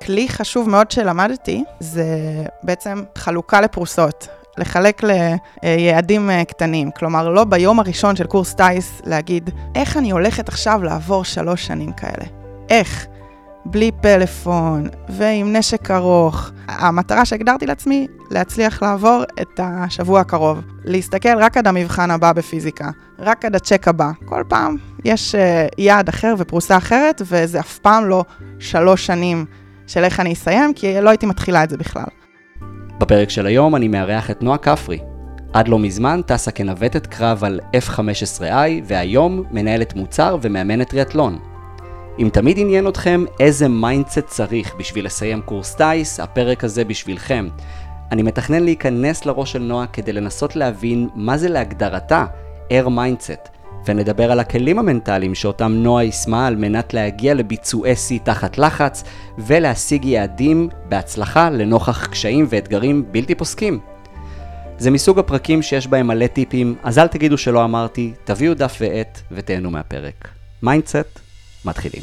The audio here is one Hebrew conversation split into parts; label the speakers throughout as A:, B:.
A: כלי חשוב מאוד שלמדתי, זה בעצם חלוקה לפרוסות. לחלק ליעדים קטנים. כלומר, לא ביום הראשון של קורס טייס להגיד, איך אני הולכת עכשיו לעבור 3 שנים כאלה? איך? בלי פלאפון ועם נשק ארוך. המטרה שהגדרתי לעצמי, להצליח לעבור את השבוע הקרוב. להסתכל רק עד המבחן הבא בפיזיקה. רק עד הצ'ק הבא. כל פעם יש יעד אחר ופרוסה אחרת, וזה אף פעם לא 3 שנים של איך אני אסיים, כי לא הייתי מתחילה את זה בכלל.
B: בפרק של היום אני מארח את נועה כפרי. עד לא מזמן טסה כנווטת קרב על F-15I, והיום מנהלת מוצר ומאמנת טריאטלון. אם תמיד עניין אתכם איזה מיינדסט צריך בשביל לסיים קורס טייס, הפרק הזה בשבילכם. אני מתכנן להיכנס לראש של נועה כדי לנסות להבין מה זה להגדרתה Air Mindset, ונדבר על הכלים המנטליים שאותם נועה יישמה על מנת להגיע לביצועי C תחת לחץ ולהשיג יעדים בהצלחה לנוכח קשיים ואתגרים בלתי פוסקים. זה מסוג הפרקים שיש בהם מלא טיפים, אז אל תגידו שלא אמרתי, תביאו דף ועט ותהנו מהפרק. מיינדסט, מתחילים.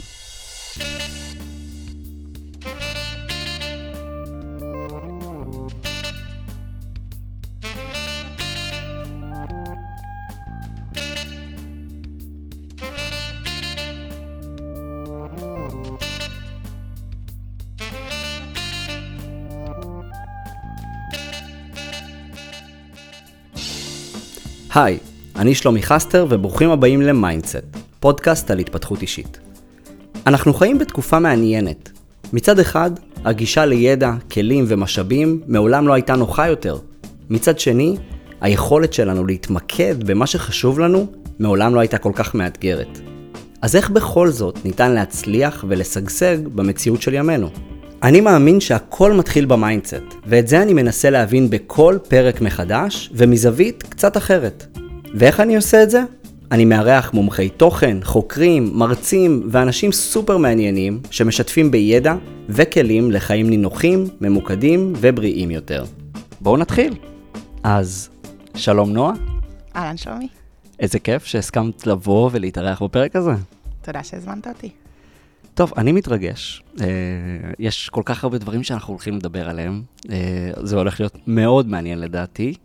B: היי, אני שלומי חסטר וברוכים הבאים למיינדסט, פודקאסט על התפתחות אישית. אנחנו חיים בתקופה מעניינת. מצד אחד, הגישה לידע, כלים ומשאבים מעולם לא הייתה נוחה יותר. מצד שני, היכולת שלנו להתמקד במה שחשוב לנו מעולם לא הייתה כל כך מאתגרת. אז איך בכל זאת ניתן להצליח ולשגשג במציאות של ימינו? אני מאמין שהכל מתחיל במיינדסט, ואת זה אני מנסה להבין בכל פרק מחדש ומזווית קצת אחרת. ואיך אני עושה את זה? אני מארח מומחי תוכן, חוקרים, מרצים ואנשים סופר מעניינים שמשתפים בידע וכלים לחיים נינוחים, ממוקדים ובריאים יותר. בואו נתחיל. אז שלום נועה.
A: אהלן שלומי.
B: איזה כיף שהסכמת לבוא ולהתארח בפרק הזה.
A: תודה שהזמנת אותי.
B: טוב, אני מתרגש. יש כל כך הרבה דברים שאנחנו הולכים לדבר עליהם. זה הולך להיות מאוד מעניין לדעתי.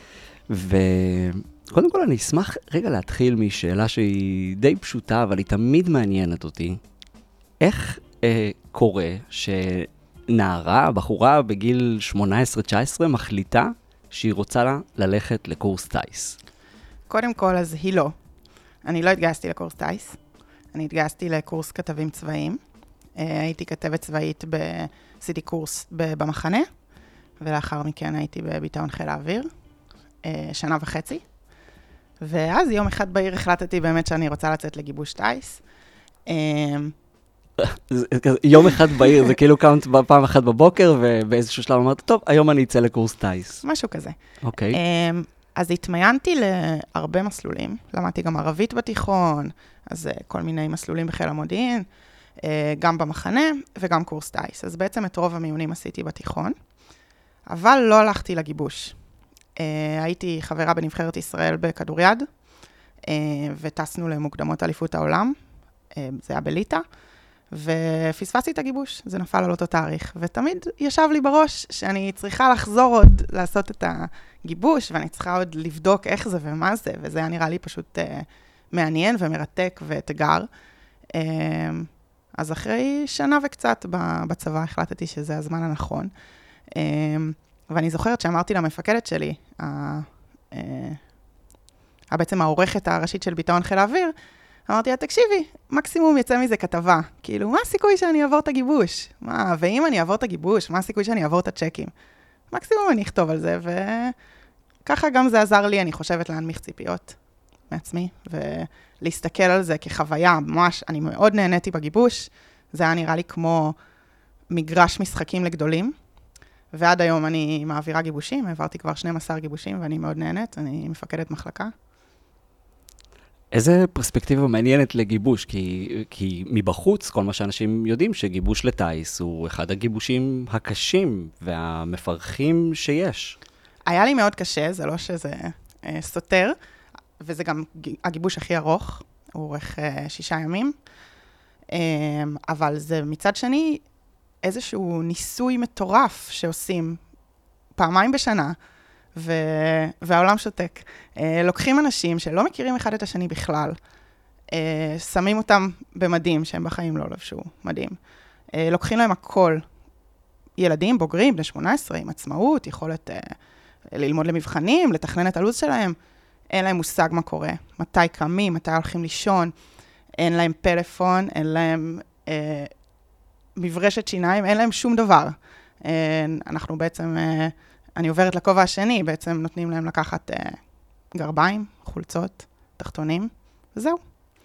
B: וקודם כל אני אשמח רגע להתחיל משאלה שהיא די פשוטה, אבל היא תמיד מעניינת אותי. איך קורה שנערה, בחורה בגיל 18-19 מחליטה שהיא רוצה לה ללכת לקורס טייס?
A: קודם כל, אז היא לא. אני לא התגייסתי לקורס טייס. אני התגייסתי לקורס כתבים צבאיים. הייתי כתבת צבאית עשיתי קורס במחנה, ולאחר מכן הייתי בביטאון חיל האוויר, 1.5 שנה. ואז יום אחד בעיר החלטתי באמת שאני רוצה לצאת לגיבוש טייס.
B: יום אחד בעיר, זה כאילו קמת פעם אחת בבוקר, ובאיזשהו שלב אמרת, טוב, היום אני אצא לקורס טייס.
A: משהו כזה.
B: אוקיי.
A: אז התמיינתי להרבה מסלולים, למדתי גם ערבית בתיכון, אז כל מיני מסלולים בחיל המודיעין, גם במחנה וגם קורס טייס. אז בעצם את רוב המיונים עשיתי בתיכון, אבל לא הלכתי לגיבוש. הייתי חברה בנבחרת ישראל בכדוריד, וטסנו למוקדמות אליפות העולם, זה היה בליטא, ופספסתי את הגיבוש, זה נפל על אותו תאריך, ותמיד ישב לי בראש שאני צריכה לחזור עוד לעשות את הגיבוש, ואני צריכה עוד לבדוק איך זה ומה זה, וזה היה נראה לי פשוט מעניין ומרתק ואתגר. אז אחרי 1 שנה וקצת בצבא החלטתי שזה הזמן הנכון, ואני זוכרת שאמרתי למפקדת שלי, בעצם העורכת הראשית של ביטאון חיל האוויר, אמרתי לה, תקשיבי, מקסימום יצא מזה כתבה. כאילו, מה הסיכוי שאני אעבור את הגיבוש? ואם אני אעבור את הגיבוש, מה הסיכוי שאני אעבור את הצ'קים? מקסימום אני אכתוב על זה, וככה גם זה עזר לי, אני חושבת, להנמיך ציפיות מעצמי, ולהסתכל על זה כחוויה, ממש, אני מאוד נהניתי בגיבוש, זה היה נראה לי כמו מגרש משחקים לגדולים, ועד היום אני מעבירה גיבושים, העברתי כבר 12 גיבושים, ואני מאוד נהנית, אני מפקדת מחלקה.
B: איזה פרספקטיבה מעניינת לגיבוש, כי מבחוץ, כל מה שאנשים יודעים, שגיבוש לטייס הוא אחד הגיבושים הקשים והמפרכים שיש. היה
A: לי מאוד קשה, זה לא שזה סותר, וזה גם הגיבוש הכי ארוך, הוא אורך 6 ימים, אבל זה מצד שני איזשהו ניסוי מטורף שעושים פעמיים בשנה, והעולם שותק. לוקחים אנשים שלא מכירים אחד את השני בכלל, שמים אותם במדים, שהם בחיים לא לבשו מדים. לוקחים להם הכל. ילדים, בוגרים, בני 18, עם עצמאות, יכולת ללמוד למבחנים, לתכנן את הלו"ז שלהם. אין להם מושג מה קורה. מתי קמים, מתי הולכים לישון. אין להם פלאפון, אין להם מברשת שיניים, אין להם שום דבר. אנחנו בעצם, אני עוברת לכובע השני, בעצם נותנים להם לקחת גרביים, חולצות, תחתונים, וזהו.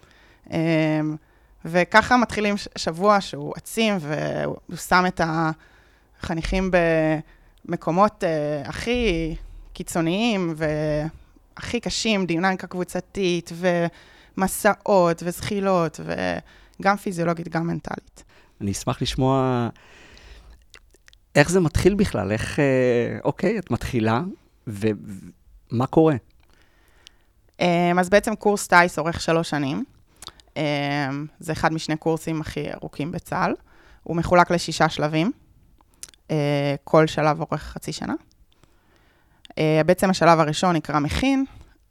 A: וככה מתחילים שבוע שהוא עצים, והוא שם את החניכים במקומות הכי קיצוניים והכי קשים, דינמיקה קבוצתית ומסעות וזחילות, וגם פיזיולוגית, גם מנטלית.
B: אני אשמח לשמוע איך זה מתחיל בכלל, איך, אוקיי, את מתחילה, ומה קורה?
A: אז בעצם קורס טייס אורך 3 שנים. זה אחד משני קורסים הכי ארוכים בצה"ל. הוא מחולק ל6 שלבים. כל שלב אורך חצי שנה. בעצם השלב הראשון נקרא מכין.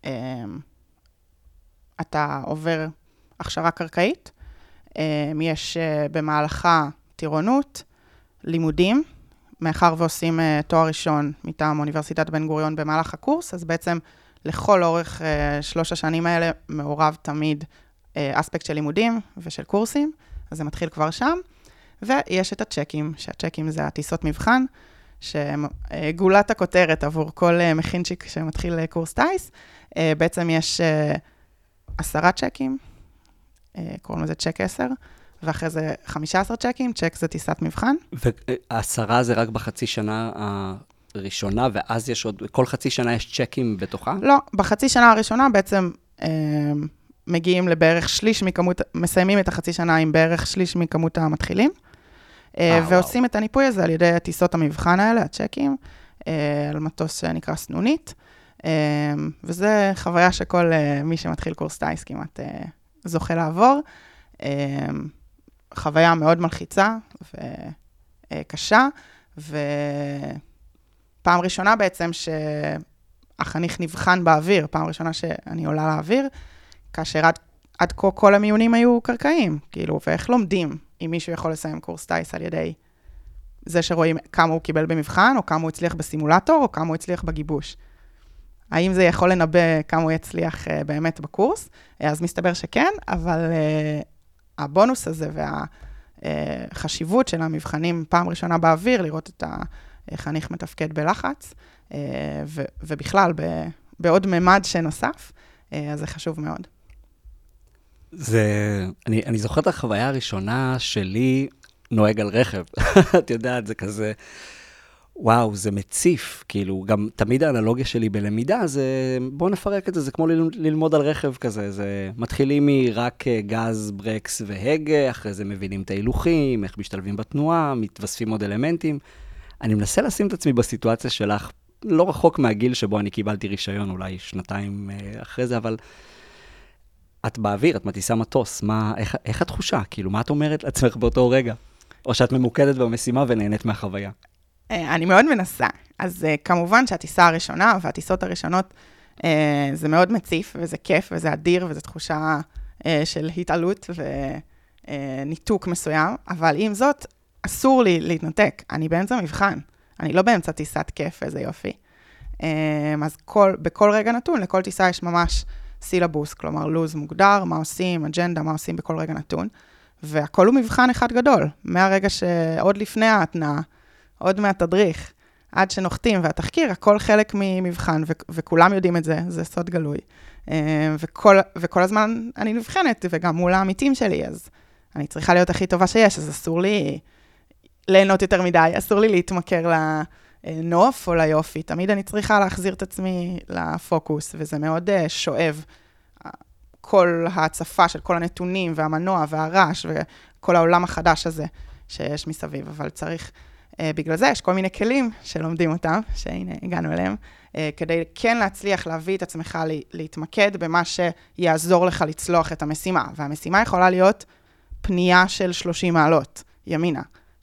A: אתה עובר הכשרה קרקעית. יש במהלכה טירונות, לימודים. מאחר ועושים תואר ראשון מטעם אוניברסיטת בן גוריון במהלך הקורס, אז בעצם לכל אורך 3 השנים האלה מעורב תמיד אספקט של לימודים ושל קורסים, אז זה מתחיל כבר שם. ויש את הצ'קים, שהצ'קים זה הטיסות מבחן, שגולת הכותרת עבור כל מכינצ'יק שמתחיל קורס טייס. בעצם יש 10 צ'קים, קוראים לזה צ'ק 10, ואחרי זה 15 צ'קים, צ'ק זה טיסת מבחן.
B: ו10 זה רק בחצי שנה הראשונה, ואז יש עוד, כל חצי שנה יש צ'קים בתוכה?
A: לא, בחצי שנה הראשונה בעצם מגיעים לבערך שליש מכמות, מסיימים את החצי שנה עם בערך שליש מכמות המתחילים, ועושים את הניפוי הזה על ידי טיסות המבחן האלה, הצ'קים, על מטוס שנקרא סנונית, וזה חוויה שכל מי שמתחיל קורס טייס כמעט זוכה לעבור. חוויה מאוד מלחיצה וקשה, ופעם ראשונה בעצם שהחניך נבחן באוויר, פעם ראשונה שאני עולה לאוויר, כאשר עד כה כל המיונים היו קרקעיים, כאילו, ואיך לומדים אם מישהו יכול לסיים קורס טייס על ידי זה שרואים כמה הוא קיבל במבחן, או כמה הוא הצליח בסימולטור, או כמה הוא הצליח בגיבוש. האם זה יכול לנבא כמה הוא יצליח באמת בקורס? אז מסתבר שכן, אבל הבונוס הזה והחשיבות של המבחנים פעם ראשונה באוויר, לראות את החניך מתפקד בלחץ, ובכלל בעוד ממד שנוסף, אז זה חשוב מאוד.
B: אני זוכר את החוויה הראשונה שלי נוהג על רכב. את יודעת, זה כזה, וואו, זה מציף. כאילו, גם תמיד האנלוגיה שלי בלמידה, זה, בואו נפרק את זה, זה כמו ללמוד על רכב כזה. זה מתחילים מרק גז, ברקס והגה, אחרי זה מבינים את ההילוכים, איך משתלבים בתנועה, מתווספים עוד אלמנטים. אני מנסה לשים את עצמי בסיטואציה שלך, לא רחוק מהגיל שבו אני קיבלתי רישיון, אולי 2 אחרי זה, אבל את באוויר, את מטיסה מטוס, איך התחושה? כאילו, מה את אומרת לעצמך באותו רגע? או שאת ממוקדת במשימה ונהנית מהחוויה?
A: אני מאוד מנסה. אז כמובן שהטיסה הראשונה והטיסות הראשונות, זה מאוד מציף, וזה כיף, וזה אדיר, וזו תחושה של התעלות וניתוק מסוים, אבל עם זאת, אסור לי להתנתק. אני באמצע מבחן. אני לא באמצע טיסת כיף, איזה יופי. אז בכל רגע נתון, לכל טיסה יש ממש סילבוס, כלומר לוז מוגדר, מה עושים, אג'נדה, מה עושים בכל רגע נתון, והכל הוא מבחן אחד גדול, מהרגע שעוד לפני ההתנאה, עוד מהתדריך, עד שנוחתים, והתחקיר, הכל חלק ממבחן, וכולם יודעים את זה, זה סוד גלוי. וכל הזמן אני נבחנת, וגם מול העמיתים שלי, אז אני צריכה להיות הכי טובה שיש, אז אסור לי ליהנות יותר מדי, אסור לי להתמכר לנוף או ליופי, תמיד אני צריכה להחזיר את עצמי לפוקוס, וזה מאוד שואב, כל ההצפה של כל הנתונים, והמנוע והרעש, וכל העולם החדש הזה שיש מסביב, אבל צריך, בגלל זה יש כל מיני כלים שלומדים אותם, שהנה הגענו אליהם, כדי כן להצליח להביא את עצמך להתמקד במה שיעזור לך לצלוח את המשימה, והמשימה יכולה להיות פנייה של 30 מעלות, ימינה,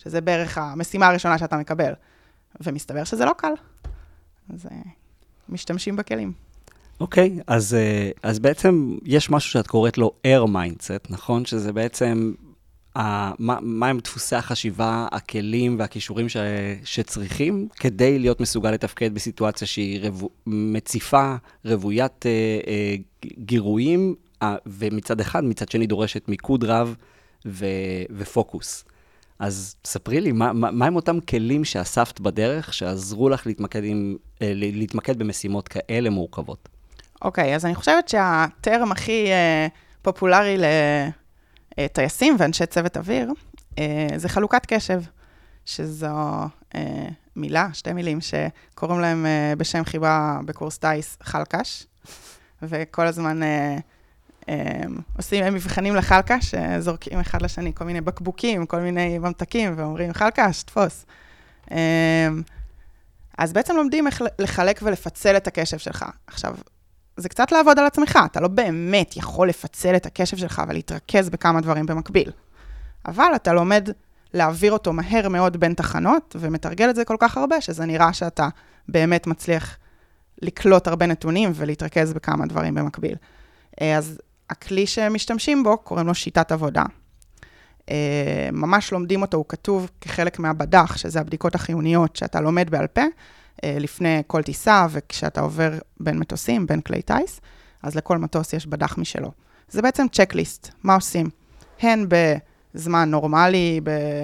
A: שזה בערך המשימה הראשונה שאתה מקבל. ומסתבר שזה לא קל. אז משתמשים בכלים.
B: אוקיי, אז בעצם יש משהו שאת קוראת לו Air Mindset, נכון? שזה בעצם, מה הם דפוסי החשיבה, הכלים והכישורים שצריכים, כדי להיות מסוגל לתפקד בסיטואציה שהיא מציפה, רוויית גירויים, ומצד אחד, מצד שני דורשת מיקוד רב ופוקוס. אז ספרי לי, מה הם אותם כלים שאספת בדרך, שעזרו לך להתמקד במשימות כאלה מורכבות?
A: אוקיי, אז אני חושבת שהטרם הכי פופולרי לטייסים ואנשי צוות אוויר, זה חלוקת קשב, שזו מילה, 2 מילים, שקוראים להם בשם חיבה בקורס טייס חלקש, וכל הזמן עושים מבחנים לחלקש, זורקים אחד לשני כל מיני בקבוקים, כל מיני ממתקים, ואומרים, חלקש, תפוס. אז בעצם לומדים איך לחלק ולפצל את הקשב שלך. עכשיו, זה קצת לעבוד על עצמך, אתה לא באמת יכול לפצל את הקשב שלך ולהתרכז בכמה דברים במקביל. אבל אתה לומד להעביר אותו מהר מאוד בין תחנות, ומתרגל את זה כל כך הרבה, שזה נראה שאתה באמת מצליח לקלוט הרבה נתונים ולהתרכז בכמה דברים במקביל. אז הכלי שמשתמשים בו, קוראים לו שיטת עבודה. ממש לומדים אותו, הוא כתוב כחלק מהבדח, שזה הבדיקות החיוניות שאתה לומד בעל פה, לפני כל טיסה, וכשאתה עובר בין מטוסים, בין כלי טייס, אז לכל מטוס יש בדח משלו. זה בעצם צ'קליסט, מה עושים? הן בזמן נורמלי,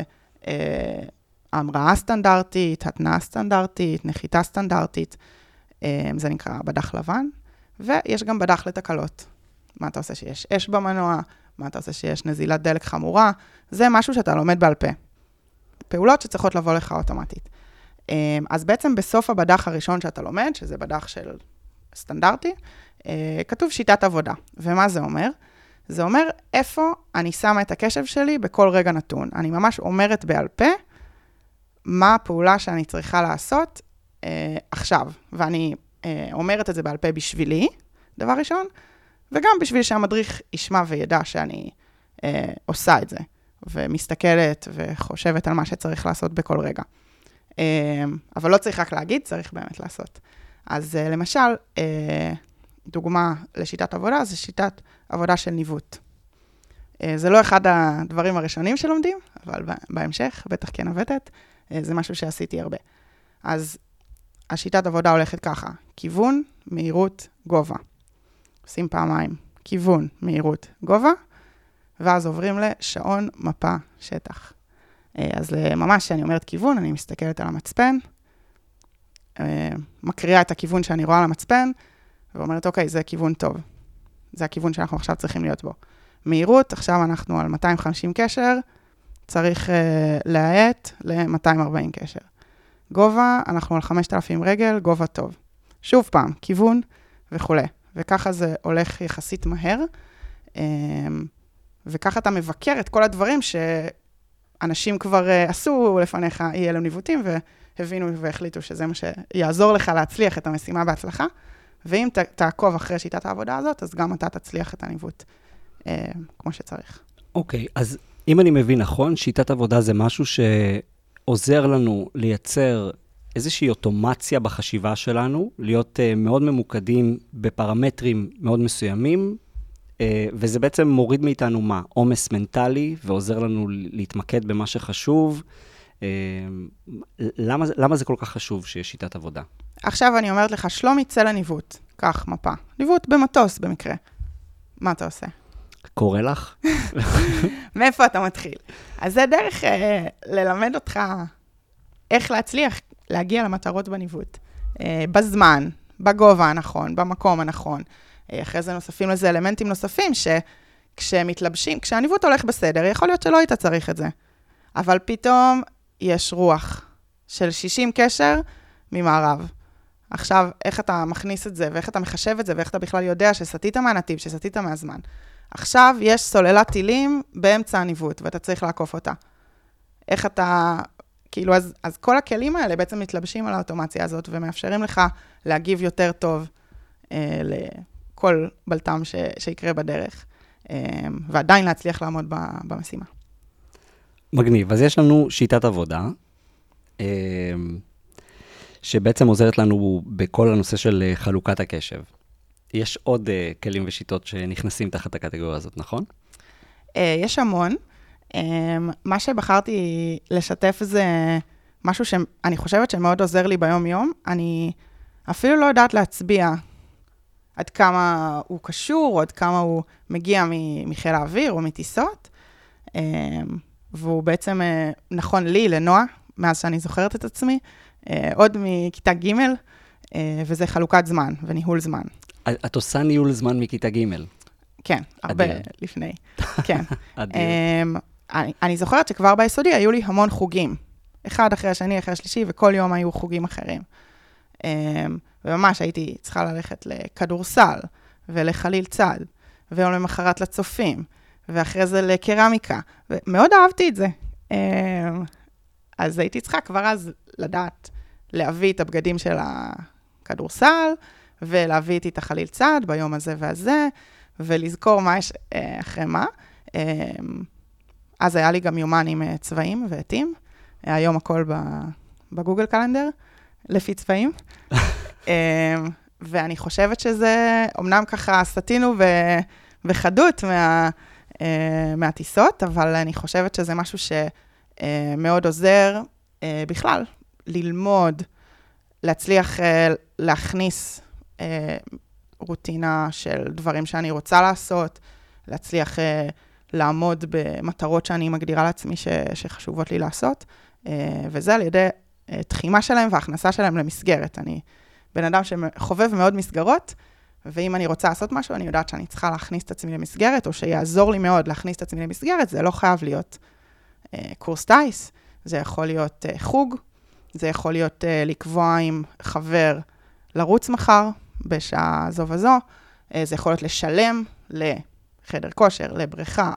A: בהמראה סטנדרטית, התנאה סטנדרטית, נחיתה סטנדרטית, זה נקרא בדח לבן, ויש גם בדח לתקלות. מה אתה עושה שיש אש במנוע, מה אתה עושה שיש נזילת דלק חמורה, זה משהו שאתה לומד בעל פה. פעולות שצריכות לבוא לך אוטומטית. אז בעצם בסוף הבדח הראשון שאתה לומד, שזה בדח של סטנדרטי, כתוב שיטת עבודה. ומה זה אומר? זה אומר איפה אני שמה את הקשב שלי בכל רגע נתון. אני ממש אומרת בעל פה מה הפעולה שאני צריכה לעשות עכשיו. ואני אומרת את זה בעל פה בשבילי, דבר ראשון, וגם בשביל שהמדריך ישמע וידע שאני עושה את זה, ומסתכלת וחושבת על מה שצריך לעשות בכל רגע. אבל לא צריך רק להגיד, צריך באמת לעשות. אז למשל, דוגמה לשיטת עבודה, זה שיטת עבודה של ניווט. זה לא אחד הדברים הראשונים שלומדים, אבל בהמשך, בטח כן עבדת, זה משהו שעשיתי הרבה. אז השיטת עבודה הולכת ככה, כיוון, מהירות, גובה. עושים פעמיים, כיוון, מהירות, גובה, ואז עוברים לשעון, מפה, שטח. אז ממש כשאני אומרת כיוון, אני מסתכלת על המצפן, מקריאה את הכיוון שאני רואה על המצפן, ואומרת, אוקיי, זה כיוון טוב. זה הכיוון שאנחנו עכשיו צריכים להיות בו. מהירות, עכשיו אנחנו על 250 קשר, צריך להאט ל-240 קשר. גובה, אנחנו על 5,000 רגל, גובה טוב. שוב פעם, כיוון וכו'. וככה זה הולך יחסית מהר, וככה אתה מבקר את כל הדברים שאנשים כבר עשו לפניך, יהיה להם ניווטים, והבינו והחליטו שזה מה שיעזור לך להצליח את המשימה בהצלחה, ואם תעקוב אחרי שיטת העבודה הזאת, אז גם אתה תצליח את הניווט כמו שצריך.
B: אוקיי, אז אם אני מבין נכון, שיטת עבודה זה משהו שעוזר לנו לייצר איזושהי אוטומציה בחשיבה שלנו, להיות מאוד ממוקדים בפרמטרים מאוד מסוימים, וזה בעצם מוריד מאיתנו מה? עומס מנטלי, ועוזר לנו להתמקד במה שחשוב. למה זה כל כך חשוב שיש שיטת עבודה?
A: עכשיו אני אומרת לך, שלומי, צא לניווט. קח מפה. ניווט במטוס במקרה. מה אתה עושה?
B: קורא לך?
A: מאיפה אתה מתחיל? אז זה דרך ללמד אותך איך להצליח להגיע למטרות בניווט. בזמן, בגובה הנכון, במקום הנכון. אחרי זה נוספים לזה אלמנטים נוספים שכשמתלבשים, כשהניווט הולך בסדר, יכול להיות שלא היית צריך את זה. אבל פתאום יש רוח של 60 קשר ממערב. עכשיו, איך אתה מכניס את זה, ואיך אתה מחשב את זה, ואיך אתה בכלל יודע שסטית מהנתיב, שסטית מהזמן. עכשיו יש סוללת טילים באמצע הניווט, ואתה צריך לעקוף אותה. איך אתה, כאילו, אז כל הכלים האלה בעצם מתלבשים על האוטומציה הזאת, ומאפשרים לך להגיב יותר טוב לכל בלטם שיקרה בדרך, ועדיין להצליח לעמוד במשימה.
B: מגניב. אז יש לנו שיטת עבודה, שבעצם עוזרת לנו בכל הנושא של חלוקת הקשב. יש עוד כלים ושיטות שנכנסים תחת הקטגוריה הזאת, נכון?
A: יש המון. מה שבחרתי לשתף זה משהו שאני חושבת שמאוד עוזר לי ביום-יום. אני אפילו לא יודעת להצביע עד כמה הוא קשור, או עד כמה הוא מגיע מחיל האוויר או מטיסות. והוא בעצם נכון לי, לנועה, מאז שאני זוכרת את עצמי, עוד מכיתה ג', וזה חלוקת זמן וניהול זמן.
B: את עושה ניהול זמן מכיתה ג'?
A: כן, הרבה לפני. כן. אני זוכרת שכבר ביסודי היו לי המון חוגים. אחד אחרי השני, אחרי השלישי, וכל יום היו חוגים אחרים. וממש הייתי צריכה ללכת לכדורסל, ולחליל צד, ויום למחרת לצופים, ואחרי זה לקרמיקה, ומאוד אהבתי את זה. אז הייתי צריכה כבר אז לדעת להביא את הבגדים של הכדורסל, ולהביא איתי את החליל צד ביום הזה והזה, ולזכור מה יש אחרי מה. אז היה לי גם יומן עם צבעים ועתים, היום הכל בגוגל קלנדר, לפי צבעים. ואני חושבת שזה, אמנם ככה סתינו וחדות מהטיסות, אבל אני חושבת שזה משהו שמאוד עוזר בכלל, ללמוד, להצליח להכניס רוטינה של דברים שאני רוצה לעשות, להצליח לעמוד במטרות שאני מגדירה לעצמי שחשובות לי לעשות, וזה על ידי תחימה שלהם והכנסה שלהם למסגרת. אני בן אדם שחובב מאוד מסגרות, ואם אני רוצה לעשות משהו, אני יודעת שאני צריכה להכניס את עצמי למסגרת, או שיעזור לי מאוד להכניס את עצמי למסגרת, זה לא חייב להיות קורס טייס, זה יכול להיות חוג, זה יכול להיות לקבוע עם חבר לרוץ מחר, בשעה זו וזו, זה יכול להיות לשלם לחדר כושר, לבריכה,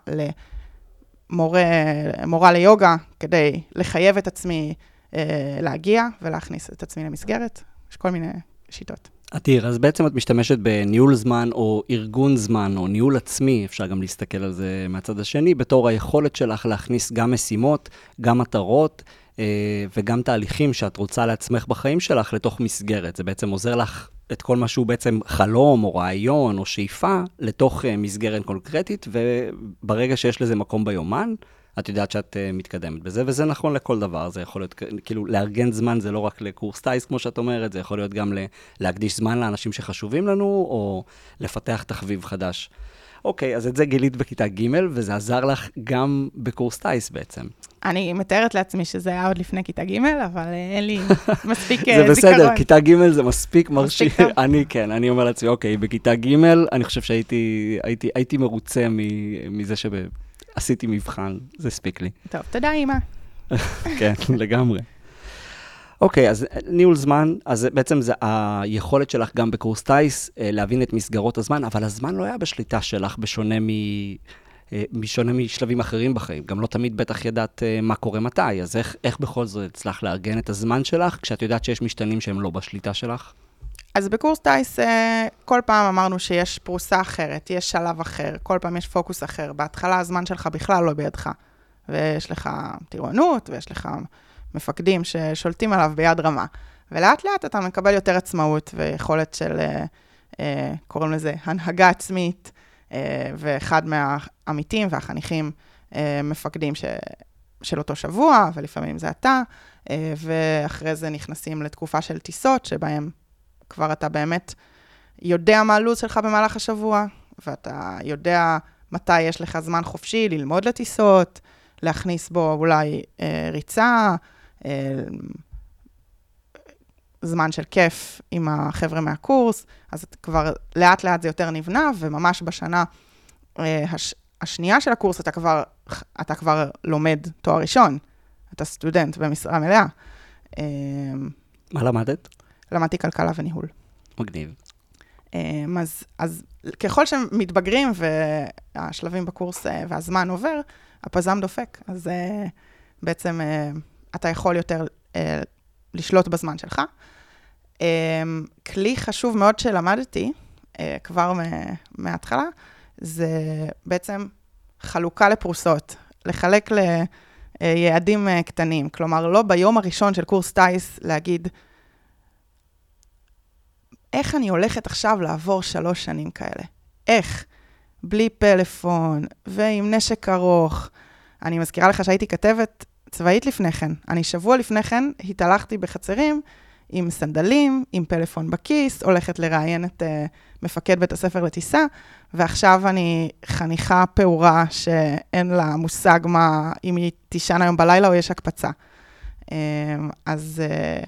A: למורה ליוגה, כדי לחייב את עצמי להגיע ולהכניס את עצמי למסגרת. יש כל מיני שיטות.
B: עתיר, אז בעצם את משתמשת בניהול זמן או ארגון זמן או ניהול עצמי, אפשר גם להסתכל על זה מהצד השני, בתור היכולת שלך להכניס גם משימות, גם מטרות וגם תהליכים שאת רוצה לעצמך בחיים שלך לתוך מסגרת. זה בעצם עוזר לך את כל מה שהוא בעצם חלום או רעיון או שאיפה לתוך מסגרת קונקרטית, וברגע שיש לזה מקום ביומן, את יודעת שאת מתקדמת בזה, וזה נכון לכל דבר. זה יכול להיות, כאילו, לארגן זמן זה לא רק לקורס טייס, כמו שאת אומרת, זה יכול להיות גם להקדיש זמן לאנשים שחשובים לנו, או לפתח תחביב חדש. אוקיי, אז את זה גילית בכיתה ג' וזה עזר לך גם בקורס טייס בעצם.
A: אני מתארת לעצמי שזה היה עוד לפני כיתה ג', אבל אין לי מספיק זיכרון.
B: זה בסדר, כיתה ג' זה מספיק מרשים. אני אומר לעצמי, אוקיי, בכיתה ג' אני חושב שהייתי מרוצה מזה עשיתי מבחן, זה הספיק לי.
A: טוב, תודה אמא.
B: כן, לגמרי. אוקיי, אז ניהול זמן, אז בעצם זה היכולת שלך גם בקורס טייס, להבין את מסגרות הזמן, אבל הזמן לא היה בשליטה שלך בשונה משלבים אחרים בחיים. גם לא תמיד בטח ידעת מה קורה מתי, אז איך בכל זאת הצלח לארגן את הזמן שלך, כשאת יודעת שיש משתנים שהם לא בשליטה שלך?
A: אז בקורס טייס, כל פעם אמרנו שיש פרוסה אחרת, יש שלב אחר, כל פעם יש פוקוס אחר. בהתחלה הזמן שלך בכלל לא בידך, ויש לך טירונות, ויש לך מפקדים ששולטים עליו ביד רמה. ולאט לאט אתה מקבל יותר עצמאות ויכולת של, קוראים לזה, הנהגה עצמית, ואחד מהעמיתים והחניכים מפקדים של אותו שבוע, ולפעמים זה אתה, ואחרי זה נכנסים לתקופה של טיסות, שבהם כבר אתה באמת יודע מה הלו"ז שלך במהלך השבוע, ואתה יודע מתי יש לך זמן חופשי ללמוד לטיסות, להכניס בו אולי ריצה, זמן של כיף עם החבר'ה מהקורס, אז כבר לאט זה יותר נבנה, וממש בשנה השנייה של הקורס אתה כבר לומד תואר ראשון, אתה סטודנט במשרה מלאה.
B: מה למדת?
A: למדתי כלכלה וניהול.
B: מגניב.
A: אז ככל שמתבגרים והשלבים בקורס והזמן עובר, הפזם דופק. אז בעצם אתה יכול יותר לשלוט בזמן שלך. כלי חשוב מאוד שלמדתי, כבר מההתחלה, זה בעצם חלוקה לפרוסות. לחלק יעדים קטנים. כלומר, לא ביום הראשון של קורס טייס להגיד, איך אני הולכת עכשיו לעבור 3 שנים כאלה? איך? בלי פלאפון ועם נשק ארוך. אני מזכירה לך שהייתי כתבת צבאית לפני כן. אני שבוע לפני כן התהלכתי בחצרים עם סנדלים, עם פלאפון בכיס, הולכת לראיין את מפקד בית הספר לטיסה, ועכשיו אני חניכה פעורה שאין לה מושג מה, אם היא תישן היום בלילה או יש הקפצה. אז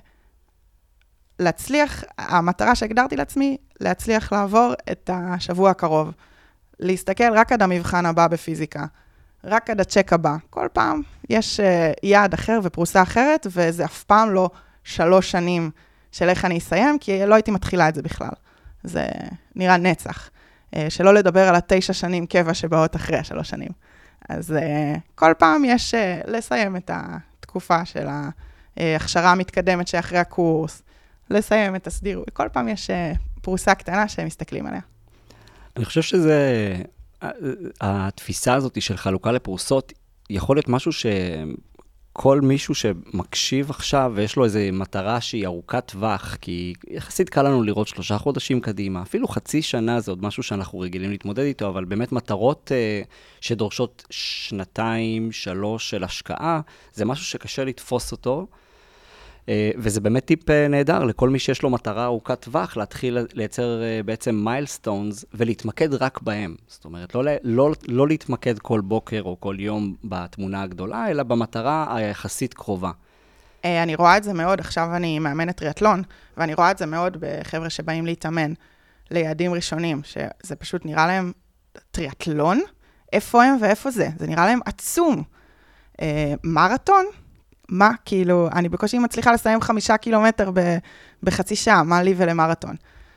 A: להצליח, המטרה שהגדרתי לעצמי, להצליח לעבור את השבוע הקרוב. להסתכל רק עד המבחן הבא בפיזיקה, רק עד הצ'ק הבא. כל פעם יש יעד אחר ופרוסה אחרת, וזה אף פעם לא 3 שנים של איך אני אסיים, כי לא הייתי מתחילה את זה בכלל. זה נראה נצח. שלא לדבר על 9 שנים קבע שבאות אחרי 3 שנים. אז כל פעם יש לסיים את התקופה של ההכשרה המתקדמת שאחרי הקורס, לסיים את הסדיר. כל פעם יש פרוסה קטנה שהם מסתכלים עליה.
B: אני חושב שזה, התפיסה הזאת של חלוקה לפרוסות, יכול להיות משהו שכל מישהו שמקשיב עכשיו, ויש לו איזו מטרה שהיא ארוכת טווח, כי יחסית קל לנו לראות 3 חודשים קדימה, אפילו חצי שנה זה עוד משהו שאנחנו רגילים להתמודד איתו, אבל באמת מטרות שדורשות 2, 3 של השקעה, זה משהו שקשה לתפוס אותו, וזה באמת טיפ נהדר לכל מי שיש לו מטרה ארוכת טווח, להתחיל לייצר בעצם מיילסטונס ולהתמקד רק בהם. זאת אומרת, לא להתמקד כל בוקר או כל יום בתמונה הגדולה, אלא במטרה היחסית קרובה.
A: אני רואה את זה מאוד, עכשיו אני מאמנת טריאטלון, ואני רואה את זה מאוד בחבר'ה שבאים להתאמן ליעדים ראשונים, שזה פשוט נראה להם טריאטלון, איפה הם ואיפה זה? זה נראה להם עצום. מרתון? מה? כאילו, אני בקושי מצליחה לסיים 5 קילומטר בחצי שעה, מה לי ולמרתון.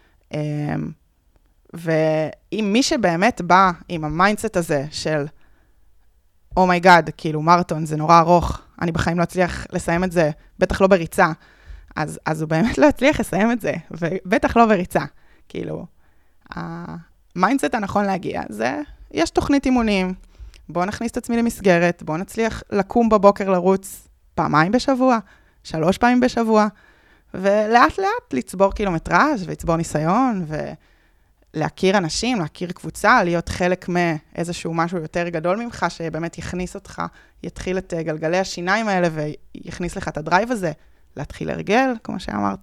A: ואם מי שבאמת בא עם המיינדסט הזה של, אומייגאד, כאילו מרתון זה נורא ארוך, אני בחיים לא אצליח לסיים את זה, בטח לא בריצה, אז הוא באמת לא אצליח לסיים את זה, ובטח לא בריצה. כאילו, המיינדסט הנכון להגיע, זה, יש תוכנית אימונים, בואו נכניס את עצמי למסגרת, בואו נצליח לקום בבוקר לרוץ, 2 בשבוע, 3 פעמים בשבוע, ולאט לאט לצבור קילומטראז' ולצבור ניסיון, ולהכיר אנשים, להכיר קבוצה, להיות חלק מאיזשהו משהו יותר גדול ממך, שבאמת יכניס אותך, יתחיל את גלגלי השיניים האלה, ויכניס לך את הדרייב הזה, להתחיל להרגל, כמו שאמרת,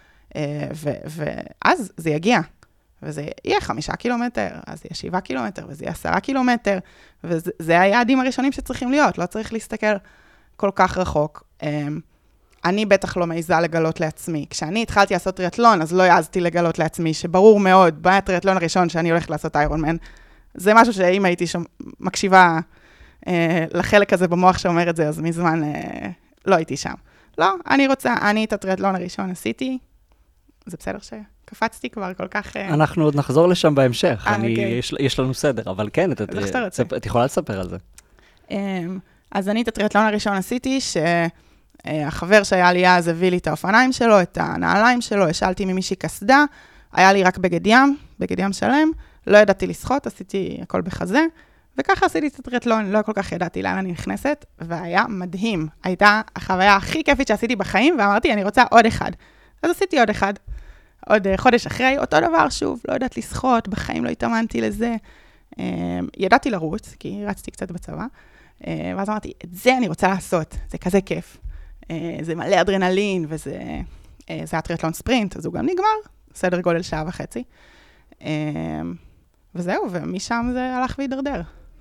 A: ואז זה יגיע, וזה יהיה 5 קילומטר, אז יהיה 7 קילומטר, וזה יהיה 10 קילומטר, וזה היעדים הראשונים שצריכים להיות, לא צריך להסתכל כל כך רחוק. אני בטח לא מעיזה לגלות לעצמי. כשאני התחלתי לעשות טריאטלון, אז לא העזתי לגלות לעצמי, שברור מאוד, בטריאטלון הראשון שאני הולכת לעשות איירון-מן, זה משהו שאם הייתי מקשיבה לחלק הזה במוח שאומר את זה, אז מזמן לא הייתי שם. לא, אני את הטריאטלון הראשון עשיתי, זה בסדר שקפצתי כבר כל כך...
B: אנחנו עוד נחזור לשם בהמשך, יש לנו סדר, אבל כן, את יכולה לספר על זה.
A: אז אני את הטריאטלון הראשון עשיתי, שהחבר שהיה לי אז הביא לי את האופניים שלו, את הנעליים שלו, השאלתי ממישהי קסדה, היה לי רק בגד ים שלם, לא ידעתי לשחות, עשיתי הכל בחזה, וככה עשיתי את הטריאטלון, לא כל כך ידעתי לאן אני נכנסת, והיה מדהים. הייתה החוויה הכי כיפית שעשיתי בחיים, ואמרתי, אני רוצה עוד אחד. אז עשיתי עוד אחד. עוד חודש אחרי, אותו דבר שוב, לא יודעת לשחות, בחיים לא התאמנתי לזה. ידעתי לרוץ, כי רצתי קצת בצבא, ואז אמרתי, את זה אני רוצה לעשות, זה כזה כיף. זה מלא אדרנלין, וזה היה טריאטלון ספרינט, אז הוא גם נגמר, סדר גודל 1.5 שעה. וזהו, ומשם זה הלך והידרדר.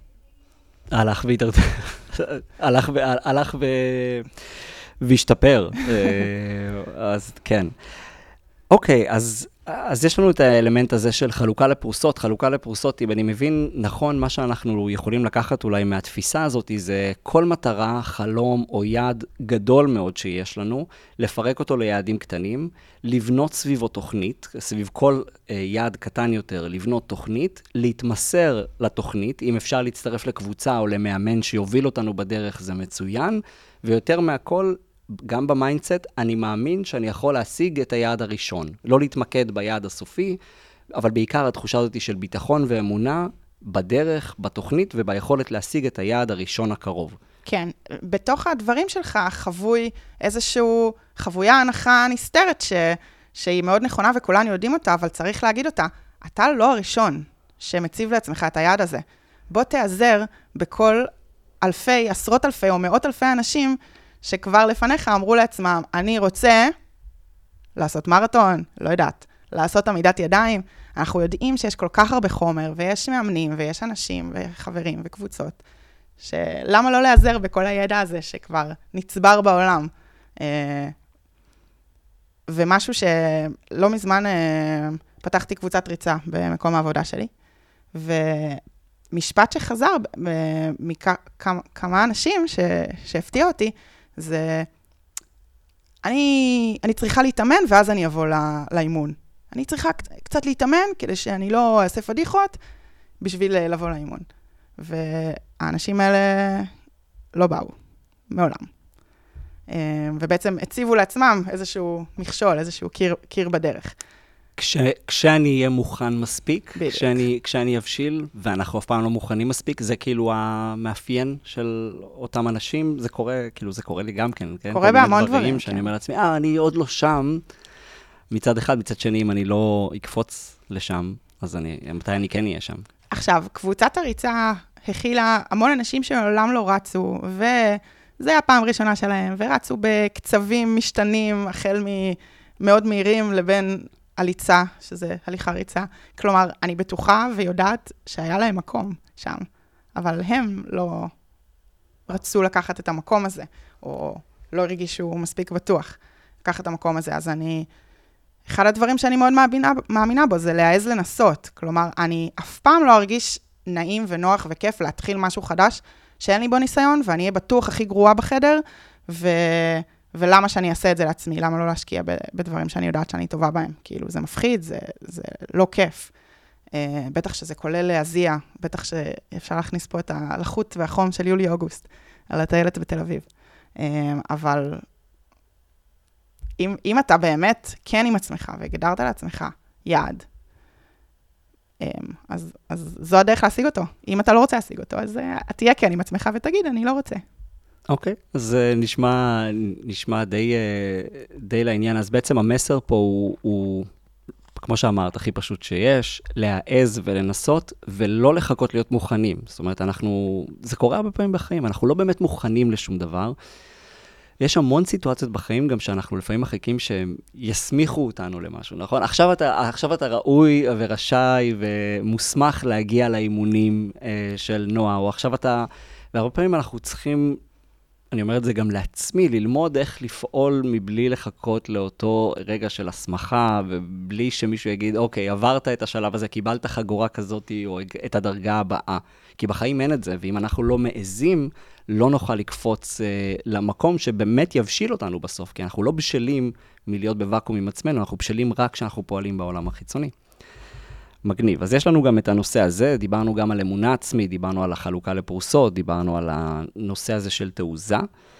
B: הלך והשתפר. אז כן. אוקיי, אז יש לנו את האלמנט הזה של חלוקה לפרוסות. חלוקה לפרוסות, אם אני מבין נכון, מה שאנחנו יכולים לקחת אולי מהתפיסה הזאת, זה כל מטרה, חלום או יעד גדול מאוד שיש לנו, לפרק אותו ליעדים קטנים, לבנות סביבו תוכנית, סביב כל יעד קטן יותר, לבנות תוכנית, להתמסר לתוכנית, אם אפשר להצטרף לקבוצה או למאמן שיוביל אותנו בדרך, זה מצוין, ויותר מהכל, גם במיינדסט, אני מאמין שאני יכול להשיג את היעד הראשון. לא להתמקד ביעד הסופי, אבל בעיקר התחושה הזאת של ביטחון ואמונה בדרך, בתוכנית וביכולת להשיג את היעד הראשון הקרוב.
A: כן, בתוך הדברים שלך חבוי איזשהו חבויה הנחה נסתרת שהיא מאוד נכונה וכולנו יודעים אותה, אבל צריך להגיד אותה. אתה לא הראשון שמציב לעצמך את היעד הזה. בוא תעזר בכל אלפי, עשרות אלפי או מאות אלפי אנשים שכבר לפניך אמרו לעצמם, אני רוצה לעשות מרתון, לא יודעת, לעשות עמידת ידיים. אנחנו יודעים שיש כל כך הרבה חומר, ויש מאמנים, ויש אנשים, וחברים, וקבוצות, שלמה לא לעזר בכל הידע הזה שכבר נצבר בעולם. ומשהו שלא מזמן פתחתי קבוצת ריצה במקום העבודה שלי, ומשפט שחזר מכמה אנשים שהפתיע אותי, זה אני צריכה להתאמן ואז אני אבוא לאימון. אני צריכה קצת להתאמן כדי שאני לא אעשה פדיחות בשביל לבוא לאימון. והאנשים האלה לא באו, מעולם. ובעצם הציבו לעצמם איזשהו מכשול, איזשהו קיר בדרך.
B: כשאני אהיה מוכן מספיק, כשאני אבשיל, ואנחנו אף פעם לא מוכנים מספיק, זה כאילו המאפיין של אותם אנשים, זה קורה, כאילו זה קורה לי גם כן, כן?
A: קורה בהמון דברים.
B: שאני אומר לעצמי, אני עוד לא שם, מצד אחד, מצד שני, אם אני לא אקפוץ לשם, אז מתי אני כן אהיה שם?
A: עכשיו, קבוצת הריצה הכילה המון אנשים שמעולם לא רצו, וזה היה הפעם הראשונה שלהם, ורצו בקצבים משתנים, החל ממאוד מהירים לבין הליצה, שזה הליכה ריצה. כלומר, אני בטוחה ויודעת שהיה להם מקום שם, אבל הם לא רצו לקחת את המקום הזה, או לא הרגישו מספיק בטוח לקחת את המקום הזה. אז אחד הדברים שאני מאוד מאמינה בו, זה להעז לנסות. כלומר, אני אף פעם לא ארגיש נעים ונוח וכיף להתחיל משהו חדש, שאין לי בו ניסיון, ואני אהיה בטוח הכי גרועה בחדר, ולמה שאני אעשה את זה לעצמי? למה לא להשקיע בדברים שאני יודעת שאני טובה בהם? כאילו, זה מפחיד, זה לא כיף. בטח שזה כולל להזיע, בטח שאפשר להכניס פה את הלחות והחום של יולי-אוגוסט, על הטיילת בתל אביב. אבל אם אתה באמת כן עם עצמך, והגדרת לעצמך יעד, אז זו הדרך להשיג אותו. אם אתה לא רוצה להשיג אותו, אז תהיה כן עם עצמך ותגיד, אני לא רוצה.
B: אוקיי, אז נשמע די לעניין. אז בעצם המסר פה הוא, כמו שאמרת, הכי פשוט שיש, להעז ולנסות, ולא לחכות להיות מוכנים. זאת אומרת, זה קורה הרבה פעמים בחיים, אנחנו לא באמת מוכנים לשום דבר. יש המון סיטואציות בחיים גם שאנחנו לפעמים מחכים שהם יסמיכו אותנו למשהו, נכון? עכשיו אתה ראוי ורשאי ומוסמך להגיע לאימונים של נועה, או עכשיו והרבה פעמים אנחנו צריכים, אני אומר את זה גם לעצמי, ללמוד איך לפעול מבלי לחכות לאותו רגע של הסמכה, ובלי שמישהו יגיד, אוקיי, עברת את השלב הזה, קיבלת חגורה כזאת, או את הדרגה הבאה. כי בחיים אין את זה, ואם אנחנו לא מעזים, לא נוכל לקפוץ למקום שבאמת יבשיל אותנו בסוף, כי אנחנו לא בשלים מלהיות בוואקום עם עצמנו, אנחנו בשלים רק כשאנחנו פועלים בעולם החיצוני. מגניב. אז יש לנו גם את הנושא הזה, דיברנו גם על אמונה עצמית, דיברנו על החלוקה לפרוסות, דיברנו על הנושא הזה של תעוזה.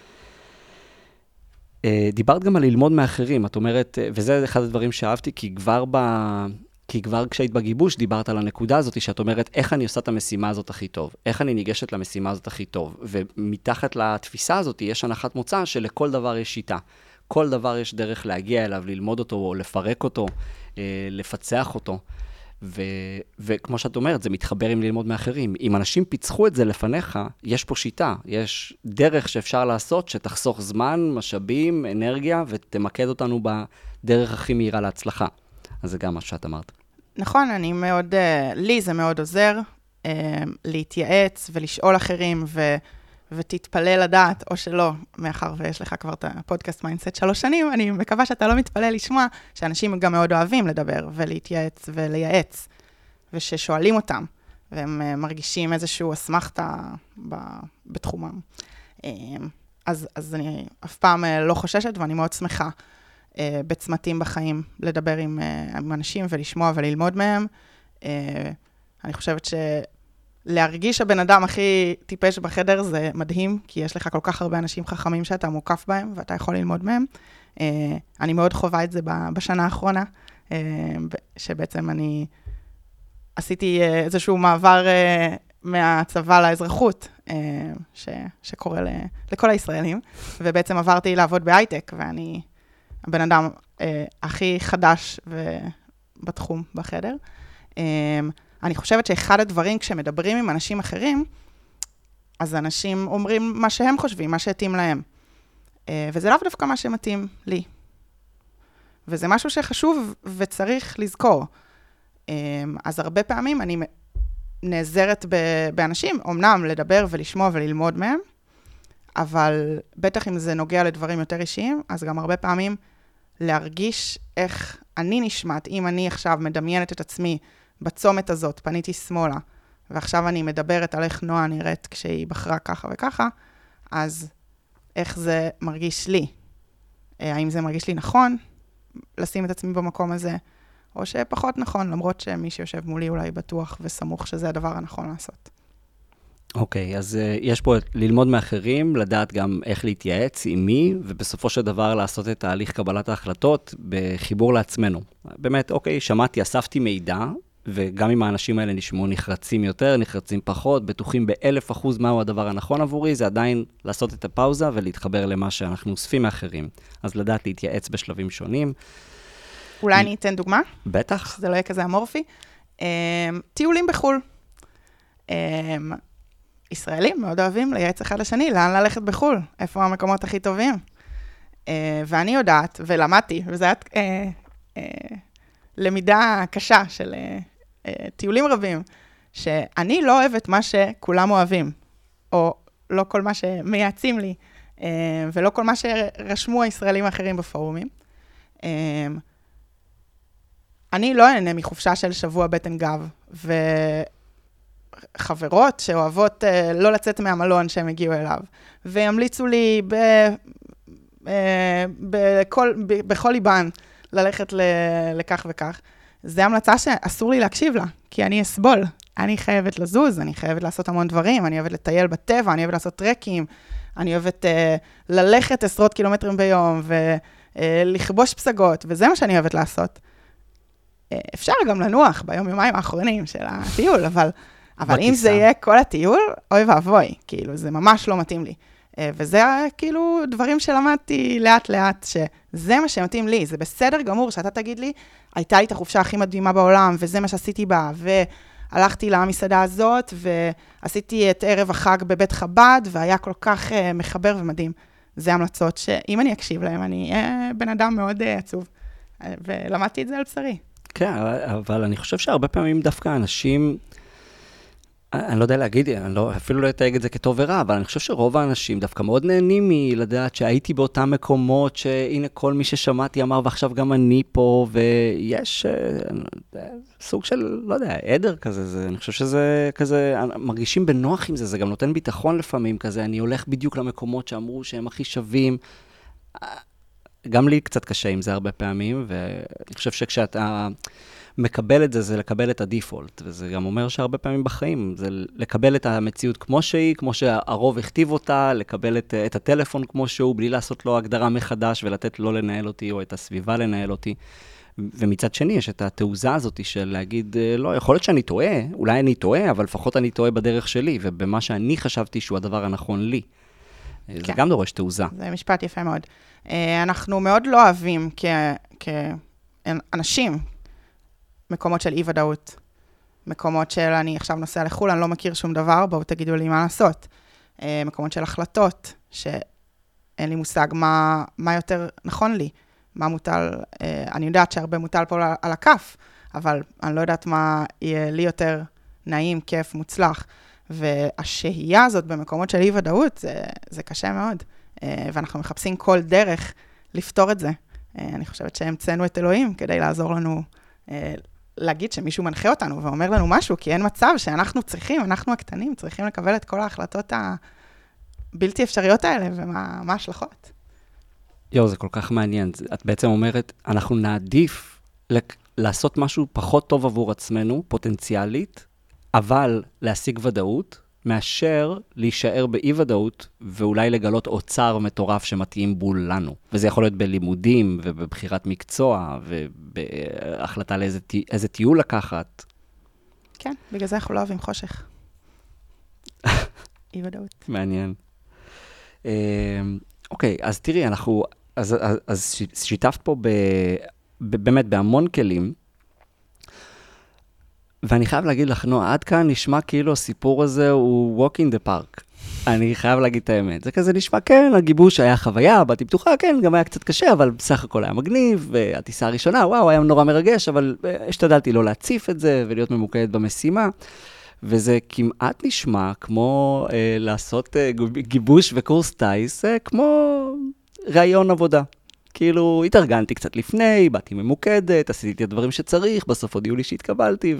B: דיברת גם על ללמוד מאחרים, את אומרת, וזה אחד הדברים שאהבתי, כי כבר כשהיית בגיבוש דיברת על הנקודה הזאת, שאת אומרת, איך אני עושה את המשימה הזאת הכי טוב? איך אני ניגשת למשימה הזאת הכי טוב? ומתחת לתפיסה הזאת יש הנחת מוצא שלכל דבר יש שיטה. כל דבר יש דרך להגיע אליו, ללמוד אותו, או לפרק אותו, לפצח אותו. וכמו שאת אומרת, זה מתחבר עם ללמוד מאחרים. אם אנשים פיצחו את זה לפניך, יש פה שיטה, יש דרך שאפשר לעשות, שתחסוך זמן, משאבים, אנרגיה, ותמקד אותנו בדרך הכי מהירה להצלחה. אז זה גם מה שאת אמרת.
A: נכון, לי זה מאוד עוזר להתייעץ ולשאול אחרים, ותתפלל לדעת, או שלא, מאחר ויש לך כבר את הפודקאסט מיינדסט 3 שנים, אני מקווה שאתה לא מתפלל לשמוע, שאנשים גם מאוד אוהבים לדבר ולהתייעץ ולייעץ, וששואלים אותם, והם מרגישים איזשהו אסמכתה בתחומם. אז אני אף פעם לא חוששת, ואני מאוד שמחה בצמתים בחיים לדבר עם אנשים ולשמוע וללמוד מהם. אני חושבת להרגיש הבן אדם הכי טיפש בחדר זה מדהים, כי יש לך כל כך הרבה אנשים חכמים שאתה מוקף בהם, ואתה יכול ללמוד מהם. אני מאוד חובה את זה בשנה האחרונה, שבעצם אני עשיתי איזשהו מעבר מהצבא לאזרחות, שקורה לכל הישראלים, ובעצם עברתי לעבוד בהייטק, ואני הבן אדם הכי חדש בתחום בחדר. אני חושבת שאחד הדברים, כשמדברים עם אנשים אחרים, אז אנשים אומרים מה שהם חושבים, מה שהתאים להם. וזה לאו דווקא מה שמתאים לי. וזה משהו שחשוב וצריך לזכור. אז הרבה פעמים אני נעזרת באנשים, אמנם לדבר ולשמוע וללמוד מהם, אבל בטח אם זה נוגע לדברים יותר אישיים, אז גם הרבה פעמים להרגיש איך אני נשמעת, אם אני עכשיו מדמיינת את עצמי בצומת הזאת, פניתי שמאלה, ועכשיו אני מדברת על איך נועה נראית כשהיא בחרה ככה וככה, אז איך זה מרגיש לי? האם זה מרגיש לי נכון לשים את עצמי במקום הזה, או שפחות נכון, למרות שמי שיושב מולי אולי בטוח וסמוך שזה הדבר הנכון לעשות.
B: אוקיי, אז יש פה ללמוד מאחרים, לדעת גם איך להתייעץ עם מי, ובסופו של דבר לעשות את תהליך קבלת ההחלטות בחיבור לעצמנו. באמת, אוקיי, שמעתי, אספתי מידע, וגם אם האנשים האלה נשמעו נחרצים יותר, נחרצים פחות, בטוחים ב1,000% מהו הדבר הנכון עבורי, זה עדיין לעשות את הפאוזה ולהתחבר למה שאנחנו אוספים מאחרים. אז לדעת להתייעץ בשלבים שונים.
A: אולי אני אתן דוגמה?
B: בטח.
A: זה לא יהיה כזה אמורפי. טיולים בחול. ישראלים מאוד אוהבים לייעץ אחד לשני, לאן ללכת בחול, איפה המקומות הכי טובים. ואני יודעת, ולמדתי, וזו הייתה למידה קשה של טיולים רבים, שאני לא אוהבת מה שכולם אוהבים, או לא כל מה שמייעצים לי, ולא כל מה שרשמו הישראלים האחרים בפורומים. אני לא אהנה מחופשה של שבוע בטן גב, וחברות שאוהבות לא לצאת מהמלון שהם הגיעו אליו, וימליצו לי בכל ליבן ללכת לכך וכך. זו המלצה שאסור לי להקשיב לה, כי אני אסבול. אני חייבת לזוז, אני חייבת לעשות המון דברים, אני אוהבת לטייל בטבע, אני אוהבת לעשות טרקים, אני אוהבת ללכת עשרות קילומטרים ביום, ולכבוש פסגות, וזה מה שאני אוהבת לעשות. אפשר גם לנוח ביום-יומיים האחרונים של הטיול, אבל אם זה יהיה כל הטיול, אוי ואבוי, כאילו, זה ממש לא מתאים לי. וזה כאילו דברים שלמדתי לאט-לאט, שזה מה שמתאים לי, זה בסדר גמור שאתה תגיד לי, הייתה לי את החופשה הכי מדהימה בעולם, וזה מה שעשיתי בה, והלכתי למסעדה הזאת, ועשיתי את ערב החג בבית חב"ד, והיה כל כך מחבר ומדהים. זה המלצות שאם אני אקשיב להם, אני אהיה בן אדם מאוד עצוב, ולמדתי את זה על בשרי.
B: כן, אבל אני חושב שהרבה פעמים דווקא אנשים, אני לא יודע להגיד, אני אפילו לא אתייג את זה כטוב ורע, אבל אני חושב שרוב האנשים דווקא מאוד נהנים מלדעת שהייתי באותם מקומות, שהנה כל מי ששמעתי אמר, ועכשיו גם אני פה, ויש סוג של, לא יודע, עדר כזה, אני חושב שזה כזה, מרגישים בנוח עם זה, זה גם נותן ביטחון לפעמים כזה, אני הולך בדיוק למקומות שאמרו שהם הכי שווים, גם לי קצת קשה עם זה הרבה פעמים, ואני חושב שכשאתה מקבל את זה, זה לקבל את הדיפולט, וזה גם אומר שהרבה פעמים בחיים, זה לקבל את המציאות כמו שהיא, כמו שהרוב הכתיב אותה, לקבל את הטלפון כמו שהוא, בלי לעשות לו הגדרה מחדש, ולתת לו לנהל אותי, או את הסביבה לנהל אותי. ומצד שני, יש את התעוזה הזאת של להגיד, לא, יכול להיות שאני טועה, אולי אני טועה, אבל לפחות אני טועה בדרך שלי, ובמה שאני חשבתי שהוא הדבר הנכון לי. זה גם דורש תעוזה.
A: זה משפט יפה מאוד. אנחנו מאוד לא אוהבים כאנשים, מקומות של אי-ודאות, מקומות של אני עכשיו נוסע לחול, אני לא מכיר שום דבר, בואו תגידו לי מה לעשות. מקומות של החלטות, שאין לי מושג מה יותר נכון לי, מה מוטל, אני יודעת שהרבה מוטל פה על הכף, אבל אני לא יודעת מה יהיה לי יותר נעים, כיף, מוצלח. והשהייה הזאת במקומות של אי-ודאות, זה קשה מאוד. ואנחנו מחפשים כל דרך לפתור את זה. אני חושבת שהמצאנו את אלוהים כדי לעזור לנו להגיד שמישהו מנחה אותנו ואומר לנו משהו, כי אין מצב שאנחנו צריכים, אנחנו הקטנים, צריכים לקבל את כל ההחלטות הבלתי אפשריות האלה, ומה ההשלכות.
B: זה כל כך מעניין. את בעצם אומרת, אנחנו נעדיף לעשות משהו פחות טוב עבור עצמנו, פוטנציאלית, אבל להשיג ודאות, מאשר להישאר באי-ודאות, ואולי לגלות אוצר מטורף שמתאים בול לנו. וזה יכול להיות בלימודים, ובבחירת מקצוע, ובהחלטה לאיזה טיול לקחת.
A: כן, בגלל זה אנחנו לא אוהבים חושך. אי-ודאות.
B: מעניין. אוקיי, אז תראי, אז שיתפת פה באמת בהמון כלים, ואני חייב להגיד לך, נועה, עד כאן נשמע כאילו הסיפור הזה הוא walk in the park. אני חייב להגיד את האמת. זה כזה נשמע, כן, הגיבוש היה חוויה, באתי פתוחה, כן, גם היה קצת קשה, אבל בסך הכל היה מגניב, והטיסה הראשונה, וואו, היה נורא מרגש, אבל השתדלתי לא להציף את זה, ולהיות ממוקדת במשימה, וזה כמעט נשמע כמו לעשות גיבוש וקורס טייס, כמו רעיון עבודה. כאילו, התארגנתי קצת לפני, באתי ממוקדת, עשיתי את הדברים שצריך, בסוף הודיעו לי שהתקבלתי,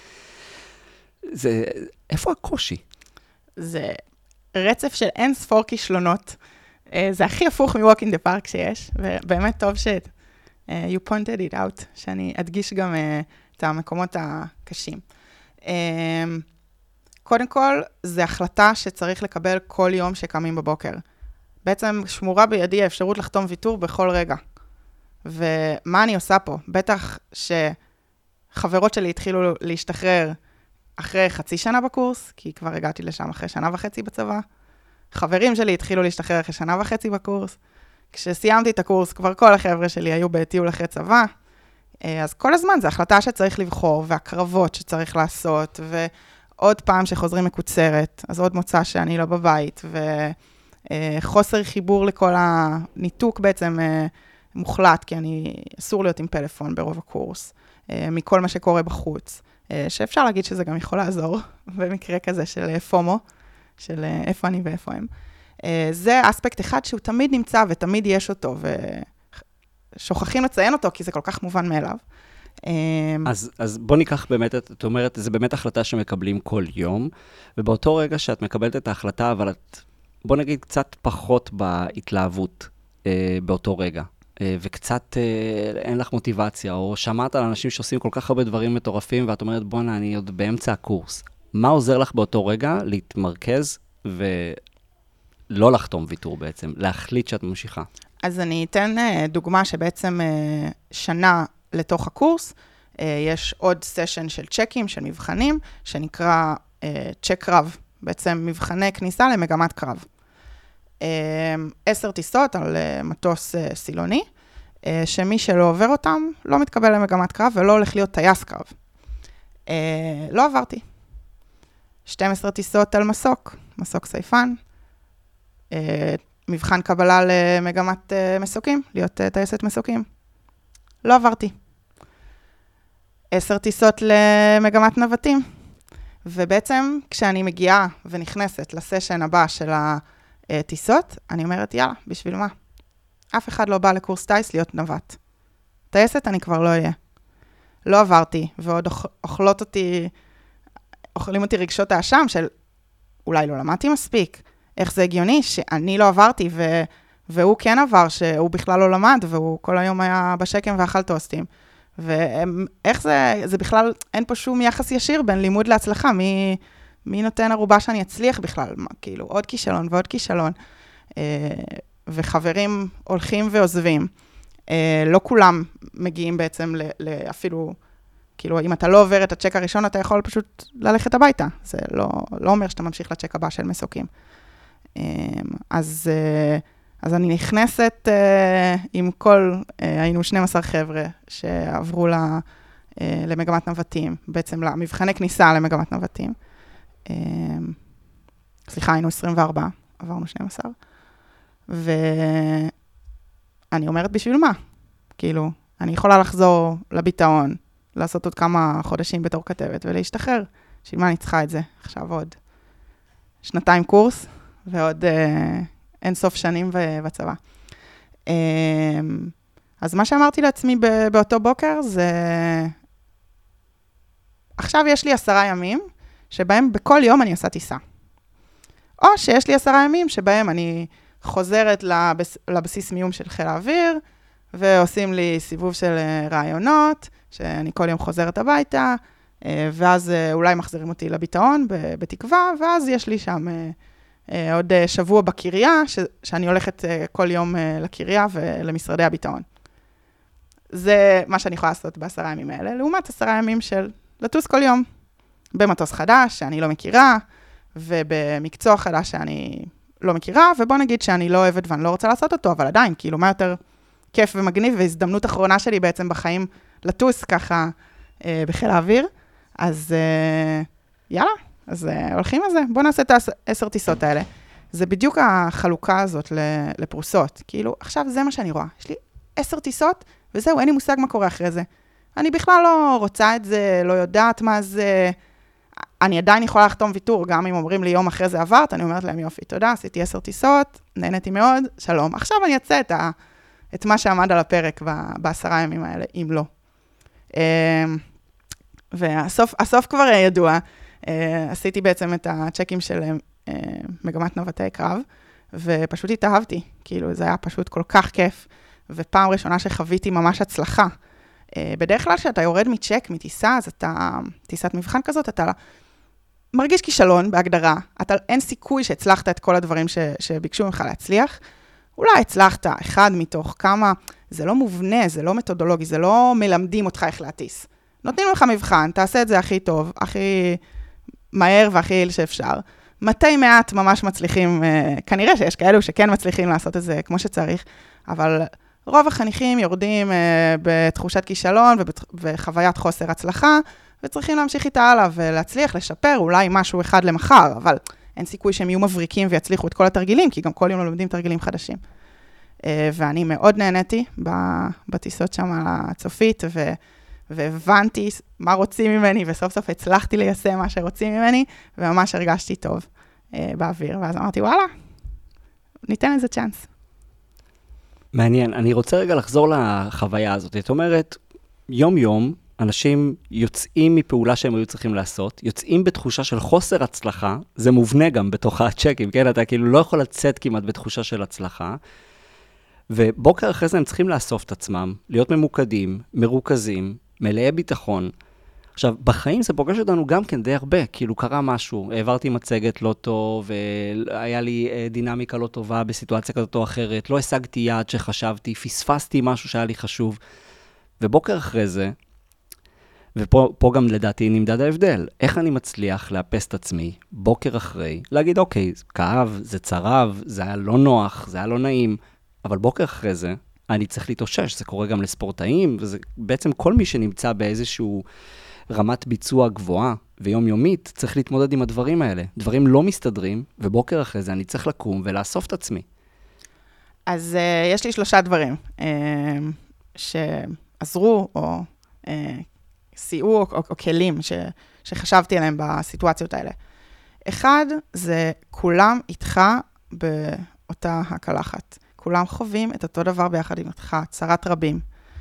B: איפה הקושי?
A: זה רצף של אין ספור כישלונות. זה הכי הפוך מ-walk in the park שיש, ובאמת טוב you pointed it out, שאני אדגיש גם את המקומות הקשים. קודם כל, זו החלטה שצריך לקבל כל יום שקמים בבוקר. בעצם שמורה בידי האפשרות לחתום ויתור בכל רגע. ומה אני עושה פה? בטח שחברות שלי התחילו להשתחרר אחרי חצי שנה בקורס, כי כבר הגעתי לשם אחרי 1.5 שנה בצבא. חברים שלי התחילו להשתחרר אחרי 1.5 שנה בקורס. כשסיימתי את הקורס, כבר כל החבר'ה שלי היו בטיול אחרי צבא. אז כל הזמן זו החלטה שצריך לבחור, והקרבות שצריך לעשות, ועוד פעם שחוזרים מקוצרת, אז עוד מוצא שאני לא בבית, וחוסר חיבור לכל הניתוק בעצם מוחלט, כי אסור להיות עם פלאפון ברוב הקורס, מכל מה שקורה בחוץ. שאפשר להגיד שזה גם יכול לעזור, במקרה כזה של פומו, של איפה אני ואיפה הם. זה אספקט אחד שהוא תמיד נמצא ותמיד יש אותו, ושוכחים לציין אותו, כי זה כל כך מובן מאליו.
B: אז בוא ניקח באמת, את אומרת, זה באמת החלטה שמקבלים כל יום, ובאותו רגע שאת מקבלת את ההחלטה, אבל בוא נגיד קצת פחות בהתלהבות באותו רגע. וקצת אין לך מוטיבציה, או שמעת על אנשים שעושים כל כך הרבה דברים מטורפים, ואת אומרת, בוא'נה, אני עוד באמצע הקורס. מה עוזר לך באותו רגע להתמרכז ולא לחתום ויתור בעצם, להחליט שאת ממשיכה?
A: אז אני אתן דוגמה שבעצם שנה לתוך הקורס, יש עוד סשן של צ'קים, של מבחנים, שנקרא צ'ק קרב, בעצם מבחני כניסה למגמת קרב. 10 טיסות על מטוס סילוני, שמי שלא עובר אותם לא מתקבל למגמת קרב ולא הולך להיות טייס קרב. לא עברתי. 12 טיסות על מסוק סייפן, מבחן קבלה למגמת מסוקים, להיות טייסת מסוקים. לא עברתי. 10 טיסות למגמת נווטים, ובעצם כשאני מגיעה ונכנסת לסשן הבא של טיסות, אני אומרת, יאללה, בשביל מה? אף אחד לא בא לקורס טייס להיות נווט. טייסת אני כבר לא אהיה. לא עברתי, ועוד אוכלים אותי רגשות האשם של, אולי לא למדתי מספיק. איך זה הגיוני שאני לא עברתי, והוא כן עבר, שהוא בכלל לא למד, והוא כל היום היה בשקם ואכל טוסטים. ואיך זה בכלל, אין פה שום יחס ישיר בין לימוד להצלחה, מי נותן ערובה שאני אצליח בכלל? כאילו, עוד כישלון ועוד כישלון. וחברים הולכים ועוזבים. לא כולם מגיעים בעצם אפילו, כאילו, אם אתה לא עובר את הצ'ק הראשון, אתה יכול פשוט ללכת הביתה. זה לא אומר שאתה ממשיך לצ'ק הבא של מסוקים. אז אני נכנסת עם היינו 12 חבר'ה שעברו למגמת נווטים, בעצם למבחני כניסה למגמת נווטים. סליחה, היינו 24, עברנו 12. ואני אומרת בשביל מה? כאילו, אני יכולה לחזור לביטאון, לעשות עוד כמה חודשים בתור כתבת ולהשתחרר. בשביל מה אני צריכה את זה? עכשיו עוד 2 קורס ועוד אין סוף שנים בצבא. אז מה שאמרתי לעצמי באותו בוקר זה, עכשיו יש לי 10 ימים, שבהם בכל יום אני עושה טיסה. או שיש לי 10 ימים שבהם אני חוזרת לבסיס מיום של חיל האוויר, ועושים לי סיבוב של רעיונות, שאני כל יום חוזרת הביתה, ואז אולי מחזירים אותי לביטאון בתקווה, ואז יש לי שם עוד שבוע בקריה, שאני הולכת כל יום לקריה ולמשרדי הביטאון. זה מה שאני יכולה לעשות ב10 ימים האלה, לעומת 10 ימים של לטוס כל יום, במטוס חדש, שאני לא מכירה, ובמקצוע חדש שאני לא מכירה, ובוא נגיד שאני לא אוהבת ואני לא רוצה לעשות אותו, אבל עדיין, כאילו, מה יותר כיף ומגניב, והזדמנות אחרונה שלי בעצם בחיים לטוס ככה בחיל האוויר, אז יאללה, אז הולכים על זה, בוא נעשה את 10 טיסות האלה. זה בדיוק החלוקה הזאת לפרוסות, כאילו, עכשיו זה מה שאני רואה, יש לי 10 טיסות, וזהו, אין לי מושג מה קורה אחרי זה. אני בכלל לא רוצה את זה, לא יודעת מה זה, אני עדיין יכולה לחתום ויתור, גם אם אומרים לי יום אחרי זה עברת, אני אומרת להם יופי, תודה, עשיתי 10 טיסות, נהניתי מאוד, שלום. עכשיו אני אצא את מה שעמד על הפרק ב10 ימים האלה, אם לא. והסוף כבר ידוע, עשיתי בעצם את הצ'קים של מגמת נווטי קרב, ופשוט התאהבתי, כאילו זה היה פשוט כל כך כיף, ופעם ראשונה שחוויתי ממש הצלחה. בדרך כלל שאתה יורד מצ'ק, מטיסה, אז אתה, טיסת מבחן כזאת, אתה מרגיש כישלון בהגדרה, אין סיכוי שהצלחת את כל הדברים שביקשו ממך להצליח, אולי הצלחת אחד מתוך כמה, זה לא מובנה, זה לא מתודולוגי, זה לא מלמדים אותך איך להטיס. נותנים לך מבחן, תעשה את זה הכי טוב, הכי מהר והכי יעיל שאפשר. מתי מעט ממש מצליחים, כנראה שיש כאלו שכן מצליחים לעשות את זה כמו שצריך, אבל רוב החניכים יורדים בתחושת כישלון ובחוויית חוסר הצלחה, וצריכים להמשיך איתה הלאה ולהצליח, לשפר אולי משהו אחד למחר, אבל אין סיכוי שהם יהיו מבריקים ויצליחו את כל התרגילים, כי גם כל יום לומדים תרגילים חדשים. ואני מאוד נהניתי בטיסות שם על הצופית, והבנתי מה רוצים ממני, וסוף סוף הצלחתי ליישם מה שרוצים ממני, וממש הרגשתי טוב באוויר. ואז אמרתי, וואלה, ניתן איזה צ'אנס.
B: מעניין. אני רוצה רגע לחזור לחוויה הזאת. זאת אומרת, יום-יום, אנשים יוצאים מפעולה שהם היו צריכים לעשות, יוצאים בתחושה של חוסר הצלחה, זה מובנה גם בתוך הצ'קים, כן? אתה כאילו לא יכול לצאת כמעט בתחושה של הצלחה, ובוקר אחרי זה הם צריכים לאסוף את עצמם, להיות ממוקדים, מרוכזים, מלאי ביטחון. עכשיו, בחיים זה פוגש אותנו גם כן די הרבה, כאילו קרה משהו, העברתי מצגת לא טוב, והיה לי דינמיקה לא טובה בסיטואציה כזאת או אחרת, לא השגתי יעד שחשבתי, פספסתי משהו שהיה לי חשוב, ובוקר אחרי זה, ופה גם לדעתי נמדד ההבדל, איך אני מצליח לאפס את עצמי, בוקר אחרי, להגיד אוקיי, זה כאב, זה צרב, זה היה לא נוח, זה היה לא נעים, אבל בוקר אחרי זה, אני צריך להתאושש, זה קורה גם לספורטאים, וזה בעצם כל מי שנמצא באיזשהו רמת ביצוע גבוהה ויומיומית, צריך להתמודד עם הדברים האלה. דברים לא מסתדרים, ובוקר אחרי זה אני צריך לקום ולאסוף את עצמי.
A: אז יש לי 3 דברים שעזרו או סייעו או כלים שחשבתי עליהם בסיטואציות האלה. אחד, זה כולם איתך באותה הקלחת. כולם חווים את אותו דבר ביחד עם אותך, צרת רבים.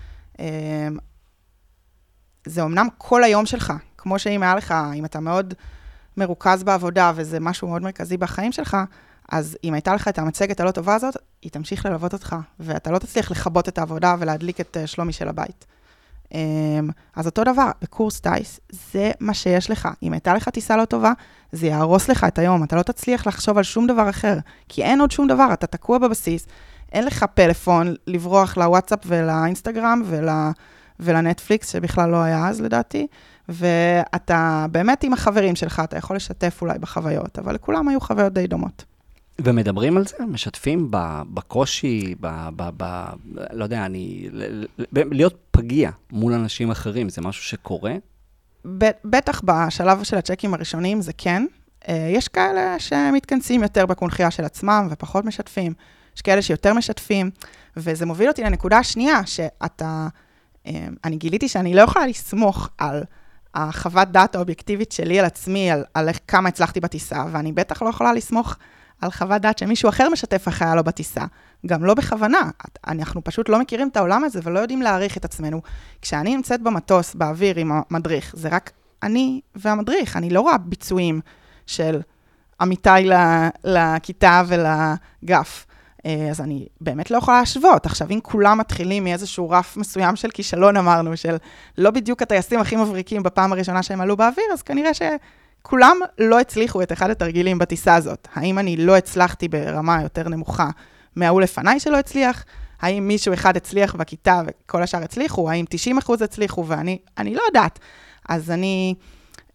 A: זה אמנם כל היום שלך, כמו שאם היה לך, אם אתה מאוד מרוכז בעבודה, וזה משהו מאוד מרכזי בחיים שלך, אז אם הייתה לך את המצגת הלא טובה הזאת, היא תמשיך ללוות אותך, ואתה לא תצליח לחבות את העבודה ולהדליק את שלומי של הבית. אז אותו דבר, בקורס טייס, זה מה שיש לך. אם הייתה לך טיסה לא טובה, זה יהרוס לך את היום, אתה לא תצליח לחשוב על שום דבר אחר, כי אין עוד שום דבר, אתה תקוע בבסיס, אין לך פלאפון לברוח לוואטסאפ ולאינסטגרם ולנטפליקס, שבכלל לא היה אז לדעתי, ואתה באמת עם החברים שלך, אתה יכול לשתף אולי בחוויות, אבל לכולם היו חוויות די דומות.
B: ומדברים על זה? משתפים בקושי, לא יודע, להיות פגיע מול אנשים אחרים, זה משהו שקורה?
A: בטח בשלב של הצ'קים הראשונים זה כן. יש כאלה שמתכנסים יותר בקונחייה של עצמם ופחות משתפים. יש כאלה שיותר משתפים, וזה מוביל אותי לנקודה השנייה, אני גיליתי שאני לא יכולה לסמוך על החוות דעת האובייקטיבית שלי על עצמי, על כמה הצלחתי בטיסה, ואני בטח לא יכולה לסמוך על חוות דעת שמישהו אחר משתף אחריה לא בטיסה, גם לא בכוונה. אנחנו פשוט לא מכירים את העולם הזה ולא יודעים להעריך את עצמנו. כשאני נמצאת במטוס, באוויר עם המדריך, זה רק אני והמדריך, אני לא רואה ביצועים של עמיתי לכיתה ולגף. אז אני באמת לא יכולה להשוות. עכשיו, אם כולם מתחילים מאיזשהו רף מסוים של כישלון, אמרנו, של לא בדיוק הטייסים הכי מבריקים בפעם הראשונה שהם עלו באוויר, אז כנראה שכולם לא הצליחו את אחד התרגילים בטיסה הזאת. האם אני לא הצלחתי ברמה יותר נמוכה מההוא לפניי שלא הצליח? האם מישהו אחד הצליח בכיתה וכל השאר הצליחו? האם 90% הצליחו? ואני לא יודעת. אז אני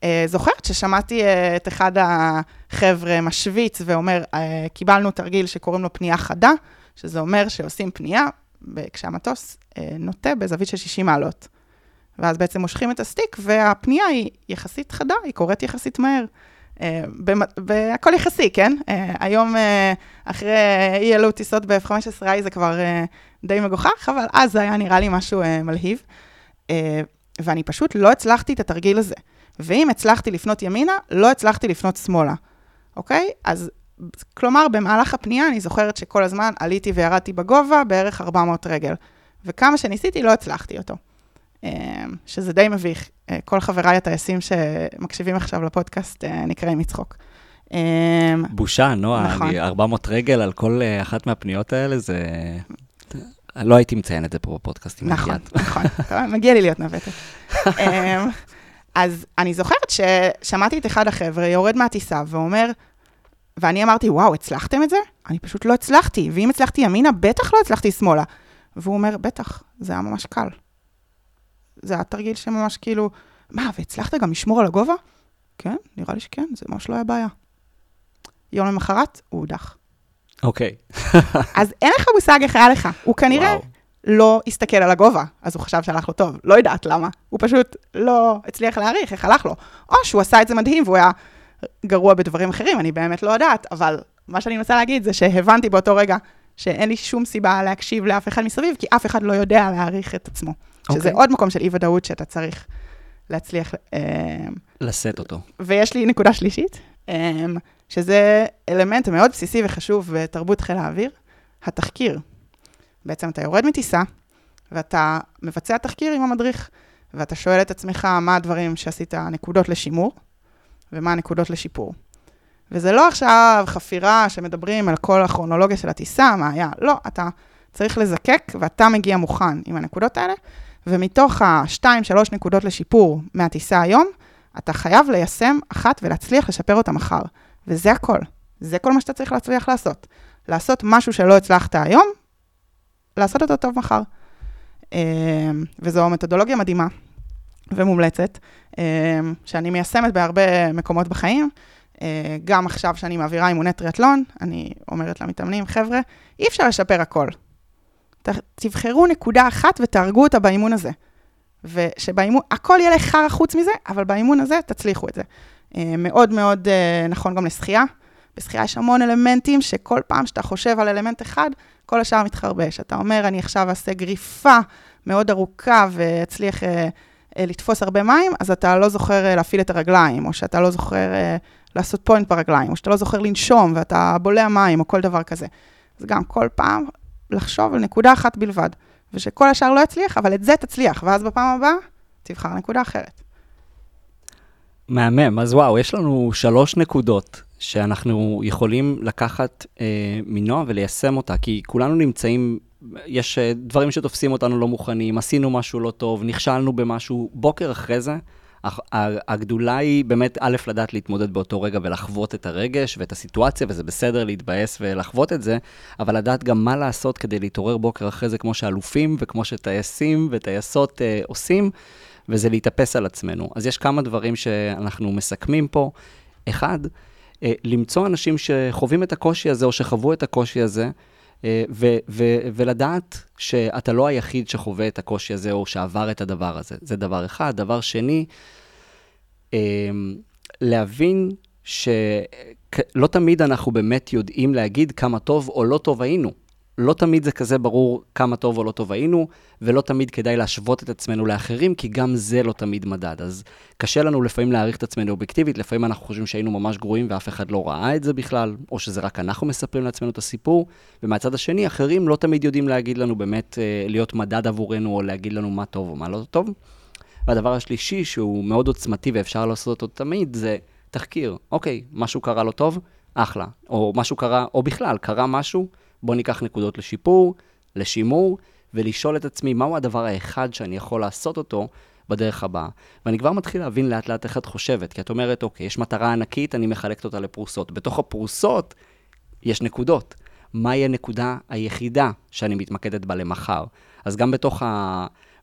A: זוכרת ששמעתי את אחד החבר'ה משוויץ ואומר, קיבלנו תרגיל שקוראים לו פנייה חדה, שזה אומר שעושים פנייה כשהמטוס נוטה בזווית של 60 מעלות. ואז בעצם מושכים את הסטיק, והפנייה היא יחסית חדה, היא קורית יחסית מהר. והכל יחסי, כן? היום אחרי אי-אלו טיסות ב-F-15i זה כבר די מגוחך, אבל אז זה היה נראה לי משהו מלהיב. ואני פשוט לא הצלחתי את התרגיל הזה. ואם הצלחתי לפנות ימינה, לא הצלחתי לפנות שמאלה. אוקיי? אז כלומר, במהלך הפנייה אני זוכרת שכל הזמן עליתי וירדתי בגובה בערך 400 רגל. וכמה שניסיתי לא הצלחתי אותו. שזה די מביך. כל חבריי הטייסים שמקשיבים עכשיו לפודקאסט נקראים מצחוק.
B: בושה, נועה, נכון. 400 רגל על כל אחת מהפניות האלה, זה... לא הייתי מציין את זה פה בפודקאסטים.
A: נכון, נכון. מגיע לי להיות נווטת. אז אני זוכרת ששמעתי את אחד החבר'ה, יורד מהטיסה ואומר, ואני אמרתי, וואו, הצלחתם את זה? אני פשוט לא הצלחתי, ואם הצלחתי ימינה, בטח לא הצלחתי שמאלה. והוא אומר, בטח, זה היה ממש קל. זה היה תרגיל שממש כאילו, מה, והצלחת גם לשמור על הגובה? כן, נראה לי שכן, זה ממש לא היה בעיה. יום למחרת, הוא הודח.
B: אוקיי.
A: אז אין לך מושג איך היה לך. הוא כנראה לא הסתכל על הגובה, אז הוא חשב שהלך לו טוב. לא יודעת למה. הוא פשוט לא הצליח להעריך איך הלך לו. או שהוא עשה את זה מדהים, והוא היה גרוע בדברים אחרים, אני באמת לא יודעת, אבל מה שאני מנסה להגיד זה שהבנתי באותו רגע שאין לי שום סיבה להקשיב לאף אחד מסביב, כי אף אחד לא יודע להעריך את עצמו. שזה עוד מקום של אי-ודאות שאתה צריך להצליח...
B: לשאת אותו.
A: ויש לי נקודה שלישית, שזה אלמנט מאוד בסיסי וחשוב בתרבות חיל האוויר, התחקיר. בעצם אתה יורד מטיסה, ואתה מבצע תחקיר עם המדריך, ואתה שואל את עצמך מה הדברים שעשית נקודות לשימור, ומה הנקודות לשיפור. וזה לא עכשיו חפירה שמדברים על כל הכרונולוגיה של הטיסה, מה היה, לא, אתה צריך לזקק, ואתה מגיע מוכן עם הנקודות האלה, ומתוך 2-3 נקודות לשיפור מהטיסה היום, אתה חייב ליישם אחת ולהצליח לשפר אותה מחר. וזה הכל. זה כל מה שאתה צריך להצליח לעשות. לעשות משהו שלא הצלחת היום, לעשות אותו טוב מחר. וזו מתודולוגיה מדהימה ומומלצת, שאני מיישמת בהרבה מקומות בחיים. גם עכשיו שאני מעבירה אימוני טריאטלון, אני אומרת למתאמנים, חבר'ה, אי אפשר לשפר הכל. תבחרו נקודה אחת ותהרגו אותה באימון הזה. ושבאימון, הכל יהיה לחר חוץ מזה, אבל באימון הזה תצליחו את זה. מאוד מאוד נכון גם לשחייה. בשחייה יש המון אלמנטים שכל פעם שאתה חושב על אלמנט אחד, כל השאר מתחרבש. אתה אומר, אני עכשיו אעשה גריפה מאוד ארוכה ואצליח לתפוס הרבה מים, אז אתה לא זוכר להפעיל את הרגליים, או שאתה לא זוכר לעשות פוינט ברגליים, או שאתה לא זוכר לנשום ואתה בולע מים, או כל דבר כזה. אז גם כל פעם לחשוב על נקודה אחת בלבד, ושכל השאר לא יצליח, אבל את זה תצליח, ואז בפעם הבאה תבחר נקודה אחרת.
B: מהמם, אז וואו, יש לנו 3 נקודות שאנחנו יכולים לקחת מנוע וליישם אותה, כי כולנו נמצאים, יש דברים שתופסים אותנו לא מוכנים, עשינו משהו לא טוב, נכשלנו במשהו, בוקר אחרי זה, הגדולה היא באמת א' לדעת להתמודד באותו רגע ולחוות את הרגש ואת הסיטואציה, וזה בסדר להתבאס ולחוות את זה, אבל לדעת גם מה לעשות כדי להתעורר בוקר אחרי זה, כמו שאלופים וכמו שטייסים וטייסות עושים, וזה להתאפס על עצמנו. אז יש כמה דברים שאנחנו מסכמים פה. אחד, למצוא אנשים שחווים את הקושי הזה או שחוו את הקושי הזה, ולדעת שאתה לא היחיד שחווה את הקושי הזה או שעבר את הדבר הזה. זה דבר אחד. דבר שני, להבין שלא תמיד אנחנו באמת יודעים להגיד כמה טוב או לא טוב היינו. לא תמיד זה כזה ברור כמה טוב או לא טוב היינו, ולא תמיד כדאי להשוות את עצמנו לאחרים, כי גם זה לא תמיד מדד. אז קשה לנו לפעמים להעריך את עצמנו אובייקטיבית, לפעמים אנחנו חושבים שהיינו ממש גרועים ואף אחד לא ראה את זה בכלל, או שזה רק אנחנו מספרים לעצמנו את הסיפור, ומהצד השני, אחרים לא תמיד יודעים להגיד לנו באמת, להיות מדד עבורנו, או להגיד לנו מה טוב או מה לא טוב. והדבר השלישי, שהוא מאוד עוצמתי ואפשר לעשות אותו תמיד, זה תחקיר. אוקיי, משהו קרה לא טוב, אחלה. או משהו קרה, או בכלל, קרה משהו, בוא ניקח נקודות לשיפור, לשימור, ולשאול את עצמי מהו הדבר האחד שאני יכול לעשות אותו בדרך הבאה. ואני כבר מתחיל להבין לאט לאט איך את חושבת, כי את אומרת, אוקיי, יש מטרה ענקית, אני מחלקת אותה לפרוסות. בתוך הפרוסות יש נקודות. מהי הנקודה היחידה שאני מתמקדת בה למחר? אז גם בתוך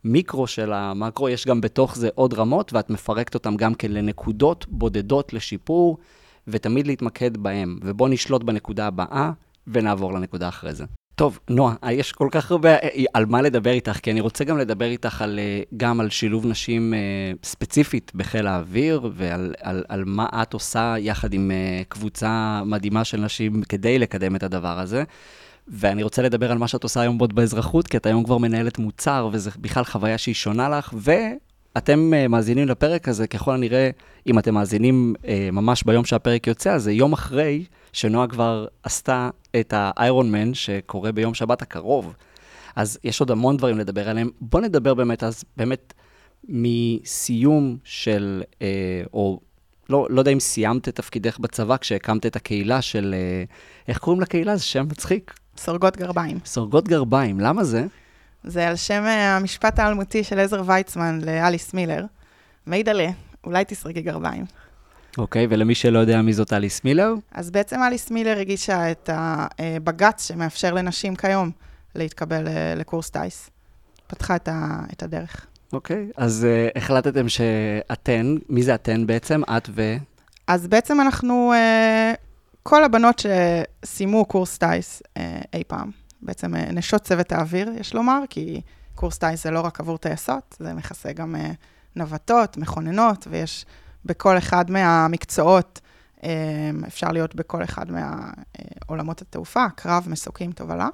B: המיקרו של המקרו, יש גם בתוך זה עוד רמות, ואת מפרקת אותם גם כן לנקודות בודדות לשיפור, ותמיד להתמקד בהם. ובוא נשלוט בנקודה הבאה, ונעבור לנקודה אחרי זה. טוב, נועה, יש כל כך הרבה על מה לדבר איתך, כי אני רוצה גם לדבר איתך גם על שילוב נשים ספציפית בחיל האוויר, ועל מה את עושה יחד עם קבוצה מדהימה של נשים כדי לקדם את הדבר הזה. ואני רוצה לדבר על מה שאת עושה היום עוד באזרחות, כי את היום כבר מנהלת מוצר, וזה בכלל חוויה שהיא שונה לך, ואתם מאזינים לפרק הזה, ככל הנראה, אם אתם מאזינים ממש ביום שהפרק יוצא, אז זה יום אחרי שנועה כבר עשתה את האיירון מן, שקורה ביום שבת הקרוב. אז יש עוד המון דברים לדבר עליהם. בוא נדבר באמת, אז באמת מסיום של, או לא יודע אם סיימת את תפקידך בצבא, כשהקמת את הקהילה של, איך קוראים לקהילה? זה שם מצחיק.
A: סורגות גרביים.
B: סורגות גרביים, למה זה?
A: זה על שם המשפט האלמותי של עזר ויצמן לאליס מילר. מידלה, אולי תסרגי גרביים.
B: אוקיי, ולמי שלא יודע מי זאת אליס מילר?
A: אז בעצם אליס מילר הגישה את הבג"ץ שמאפשר לנשים כיום להתקבל לקורס טייס. פתחה את הדרך.
B: אוקיי, אז החלטתם שאתן, מי זה אתן בעצם? את ו...
A: אז בעצם אנחנו, כל הבנות שסיימו קורס טייס אי פעם, בעצם נשות צוות האוויר, יש לומר, כי קורס טייס זה לא רק עבור טייסות, זה מכסה גם נווטות, מכוננות, ויש בכל אחד מהמקצועות, אפשר להיות בכל אחד מהעולמות התעופה, קרב, מסוקים, תובלה.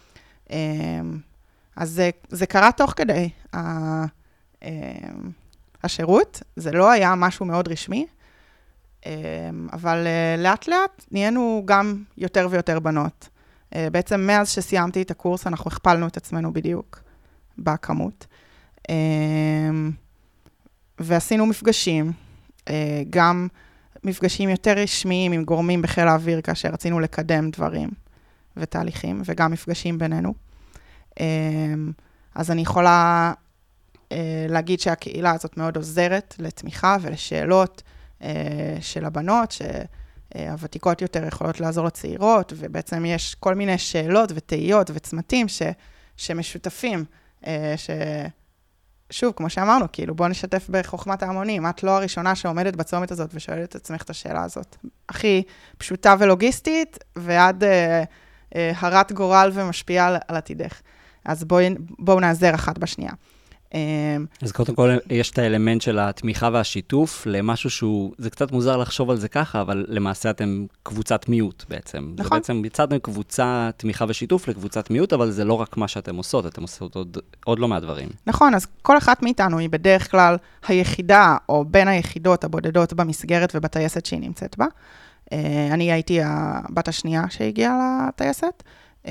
A: אז זה קרה תוך כדי השירות, זה לא היה משהו מאוד רשמי, אבל לאט לאט נהיינו גם יותר ויותר בנות. בעצם מאז שסיימתי את הקורס, אנחנו הכפלנו את עצמנו בדיוק בכמות. ועשינו מפגשים, גם מפגשים יותר רשמיים עם גורמים בחיל האוויר, כאשר רצינו לקדם דברים ותהליכים, וגם מפגשים בינינו. אז אני יכולה להגיד שהקהילה הזאת מאוד עוזרת לתמיכה ולשאלות של הבנות, שהוותיקות יותר יכולות לעזור לצעירות, ובעצם יש כל מיני שאלות ותהיות וצמתים שמשותפים, שוב, כמו שאמרנו, כאילו, בוא נשתף בחוכמת ההמונים, את לא הראשונה שעומדת בצומת הזאת ושואלת את עצמך את השאלה הזאת. הכי פשוטה ולוגיסטית, ועד הרת גורל ומשפיעה על עתידך. אז בואו נעזר אחת בשנייה.
B: אז קודם כל, יש את האלמנט של התמיכה והשיתוף, למשהו שהוא, זה קצת מוזר לחשוב על זה ככה, אבל למעשה אתם קבוצת מיעוט בעצם. נכון. זה בעצם יצאתם קבוצה תמיכה ושיתוף לקבוצת מיעוט, אבל זה לא רק מה שאתם עושות, אתם עושות עוד לא מהדברים. נכון,
A: אז כל אחת מאיתנו היא בדרך כלל היחידה, או בין היחידות הבודדות במסגרת ובטייסת שהיא נמצאת בה. אני הייתי הבת השנייה שהגיעה לטייסת,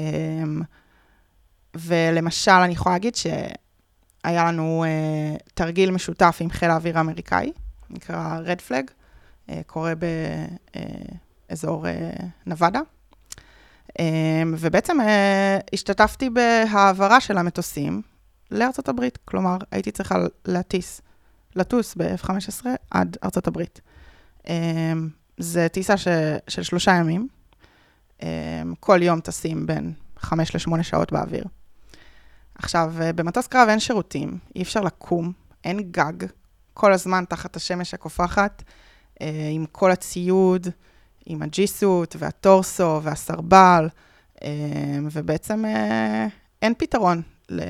A: ולמשל אני יכולה להגיד היה לנו תרגיל משותף עם חיל האוויר האמריקאי, נקרא Red Flag, קורה באזור נבדה. ובעצם השתתפתי בהעברה של המטוסים לארצות הברית, כלומר הייתי צריכה לטוס ב-F-15 עד ארצות הברית. זה טיסה של 3 ימים, כל יום טסים בין 5 ל-8 שעות באוויר. עכשיו, במטוס קרב אין שירותים, אי אפשר לקום, אין גג, כל הזמן תחת השמש הקופחת, עם כל הציוד, עם הג'יסוט והטורסו והסרבל, ובעצם אין פתרון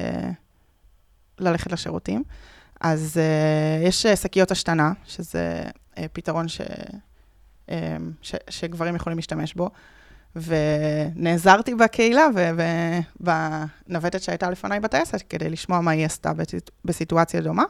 A: ללכת לשירותים. אז יש שקיות השתנה, שזה פתרון שגברים יכולים להשתמש בו, ונעזרתי בקהילה ובנווטת שהייתה לפניי בטייסת, כדי לשמוע מה היא עשתה בסיטואציה דומה,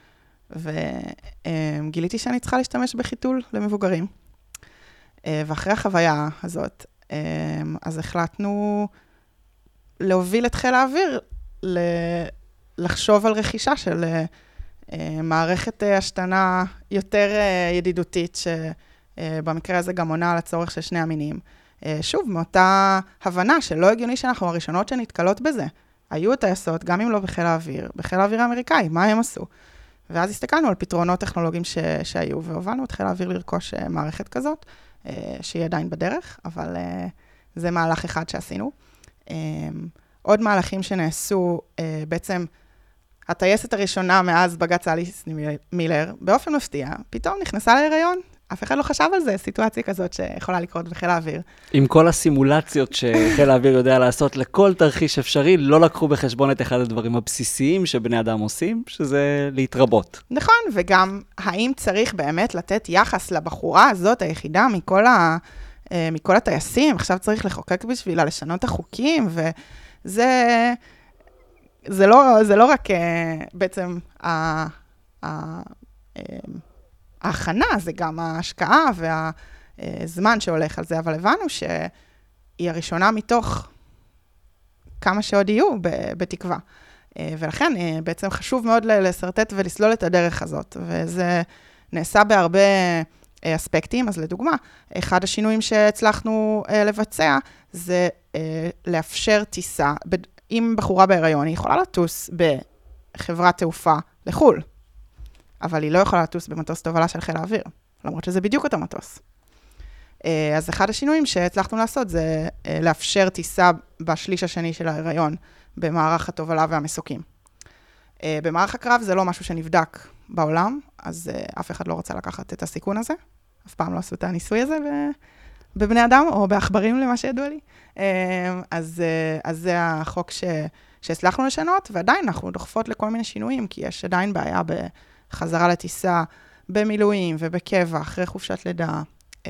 A: וגיליתי שאני צריכה להשתמש בחיתול למבוגרים. ואחרי החוויה הזאת, אז החלטנו להוביל את חיל האוויר, לחשוב על רכישה של מערכת השתנה יותר ידידותית, שבמקרה הזה גם עונה על הצורך של שני המינים. שוב, מאותה הבנה שלא הגיוני שאנחנו הראשונות שנתקלות בזה. היו טייסות, גם אם לא בחיל האוויר, בחיל האוויר האמריקאי, מה הם עשו? ואז הסתכלנו על פתרונות טכנולוגיים שהיו, והובלנו את חיל האוויר לרכוש מערכת כזאת, שהיא עדיין בדרך, אבל זה מהלך אחד שעשינו. עוד מהלכים שנעשו, בעצם הטייסת הראשונה מאז בג"ץ אליס מילר, באופן מפתיע, פתאום נכנסה להיריון. אף אחד לא חשב על זה, סיטואציה כזאת שיכולה לקרות בחיל האוויר.
B: עם כל הסימולציות שחיל האוויר יודע לעשות לכל תרחיש אפשרי, לא לקחו בחשבון את אחד הדברים הבסיסיים שבני אדם עושים, שזה להתרבות.
A: נכון, וגם האם צריך באמת לתת יחס לבחורה הזאת, היחידה, מכל הטייסים, עכשיו צריך לחוקק בשבילה, לשנות החוקים, וזה לא רק בעצם ההכנה, זה גם ההשקעה והזמן שהולך על זה, אבל הבנו שהיא הראשונה מתוך כמה שעוד יהיו בתקווה. ולכן בעצם חשוב מאוד לסרטט ולסלול את הדרך הזאת, וזה נעשה בהרבה אספקטים. אז לדוגמה, אחד השינויים שהצלחנו לבצע, זה לאפשר טיסה, אם בחורה בהיריון, היא יכולה לטוס בחברת תעופה לחול, אבל היא לא יכולה לטוס במטוס תובלה של חיל האוויר, למרות שזה בדיוק אותו מטוס. אז אחד השינויים שהצלחנו לעשות זה לאפשר טיסה בשליש השני של ההיריון במערך התובלה והמסוקים. במערך הקרב זה לא משהו שנבדק בעולם, אז אף אחד לא רוצה לקחת את הסיכון הזה. אף פעם לא עשו את הניסוי הזה בבני אדם או בעכברים למה שידוע לי. אז זה החוק שהצלחנו לשנות, ועדיין אנחנו דוחפות לכל מיני שינויים, כי יש עדיין בעיה בחזרה לטיסה, במילואים ובקבע, אחרי חופשת לידה,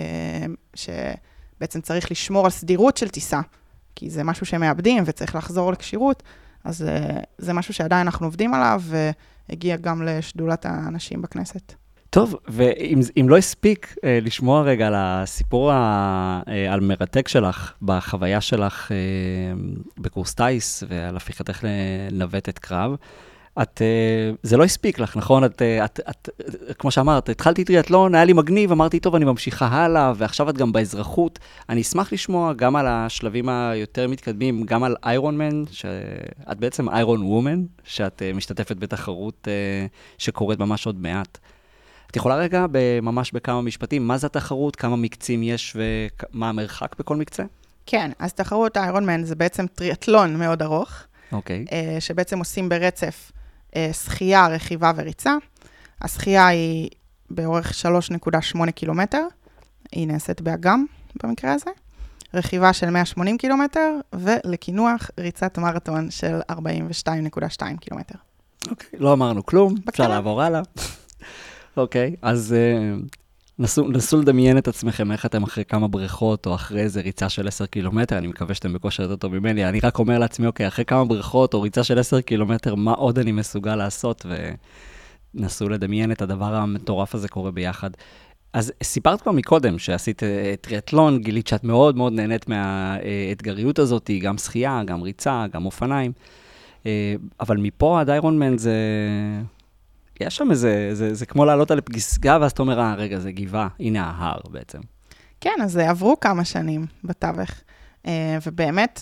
A: שבעצם צריך לשמור על סדירות של טיסה, כי זה משהו שמאבדים וצריך לחזור לקשירות, אז זה משהו שעדיין אנחנו עובדים עליו, והגיע גם לשדולת האנשים בכנסת.
B: טוב, ואם לא הספיק לשמוע רגע על הסיפור על מרתק שלך, בחוויה שלך בקורס טייס, ועל הפיכתך לנווטת קרב, זה לא הספיק לך, נכון? כמו שאמרת, התחלתי טריאטלון, היה לי מגניב, אמרתי, טוב, אני ממשיכה הלאה, ועכשיו את גם באזרחות. אני אשמח לשמוע גם על השלבים היותר מתקדמים, גם על איירון מן, שאת בעצם איירון וומן, שאת משתתפת בתחרות שקורית ממש עוד מעט. את יכולה רגע, ממש בכמה משפטים, מה זה התחרות, כמה מקצים יש ומה המרחק בכל מקצה?
A: כן, אז תחרות איירון מן זה בעצם טריאטלון מאוד ארוך, שבעצם עושים ברצף שחייה, רכיבה וריצה. השחייה היא באורך 3.8 קילומטר, היא נעשית באגם במקרה הזה, רכיבה של 180 קילומטר, ולקינוח ריצת מרתון של 42.2 קילומטר.
B: אוקיי, לא אמרנו כלום, אפשר לעבור הלאה. אוקיי, אז נסו לדמיין את עצמכם, איך אתם אחרי כמה בריכות, או אחרי איזה ריצה של 10 קילומטר, אני מקווה שאתם בכושר יותר טוב ממני, אני רק אומר לעצמי, אוקיי, אחרי כמה בריכות, או ריצה של 10 קילומטר, מה עוד אני מסוגל לעשות, ונסו לדמיין את הדבר המטורף הזה קורה ביחד. אז סיפרת כבר מקודם, שעשית טריאטלון, גילית שאת מאוד מאוד נהנית מהאתגריות הזאת, גם שחייה, גם ריצה, גם אופניים, אבל מפה עד איירון מן זה... יש שם איזה, זה כמו לעלות על פסגה, ואז אתה אומר, רגע, זה גבעה, הנה ההר בעצם.
A: כן, אז עברו כמה שנים בתווך, ובאמת,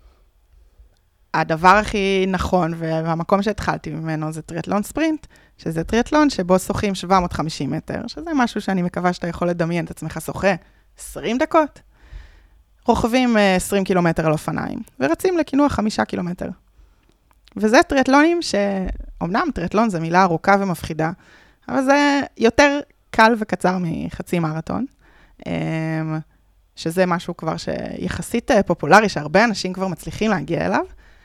A: הדבר הכי נכון, והמקום שהתחלתי ממנו זה טריאטלון ספרינט, שזה טריאטלון שבו שוחים 750 מטר, שזה משהו שאני מקווה שאתה יכול לדמיין את עצמך שוחה 20 דקות, רוכבים 20 קילומטר על אופניים, ורצים לכינוח 5 קילומטר. וזה טריאטלונים שאומנם טריאטלון זה מילה ארוכה ומפחידה, אבל זה יותר קל וקצר מחצי מרתון, שזה משהו כבר שיחסית פופולרי, שהרבה אנשים כבר מצליחים להגיע אליו,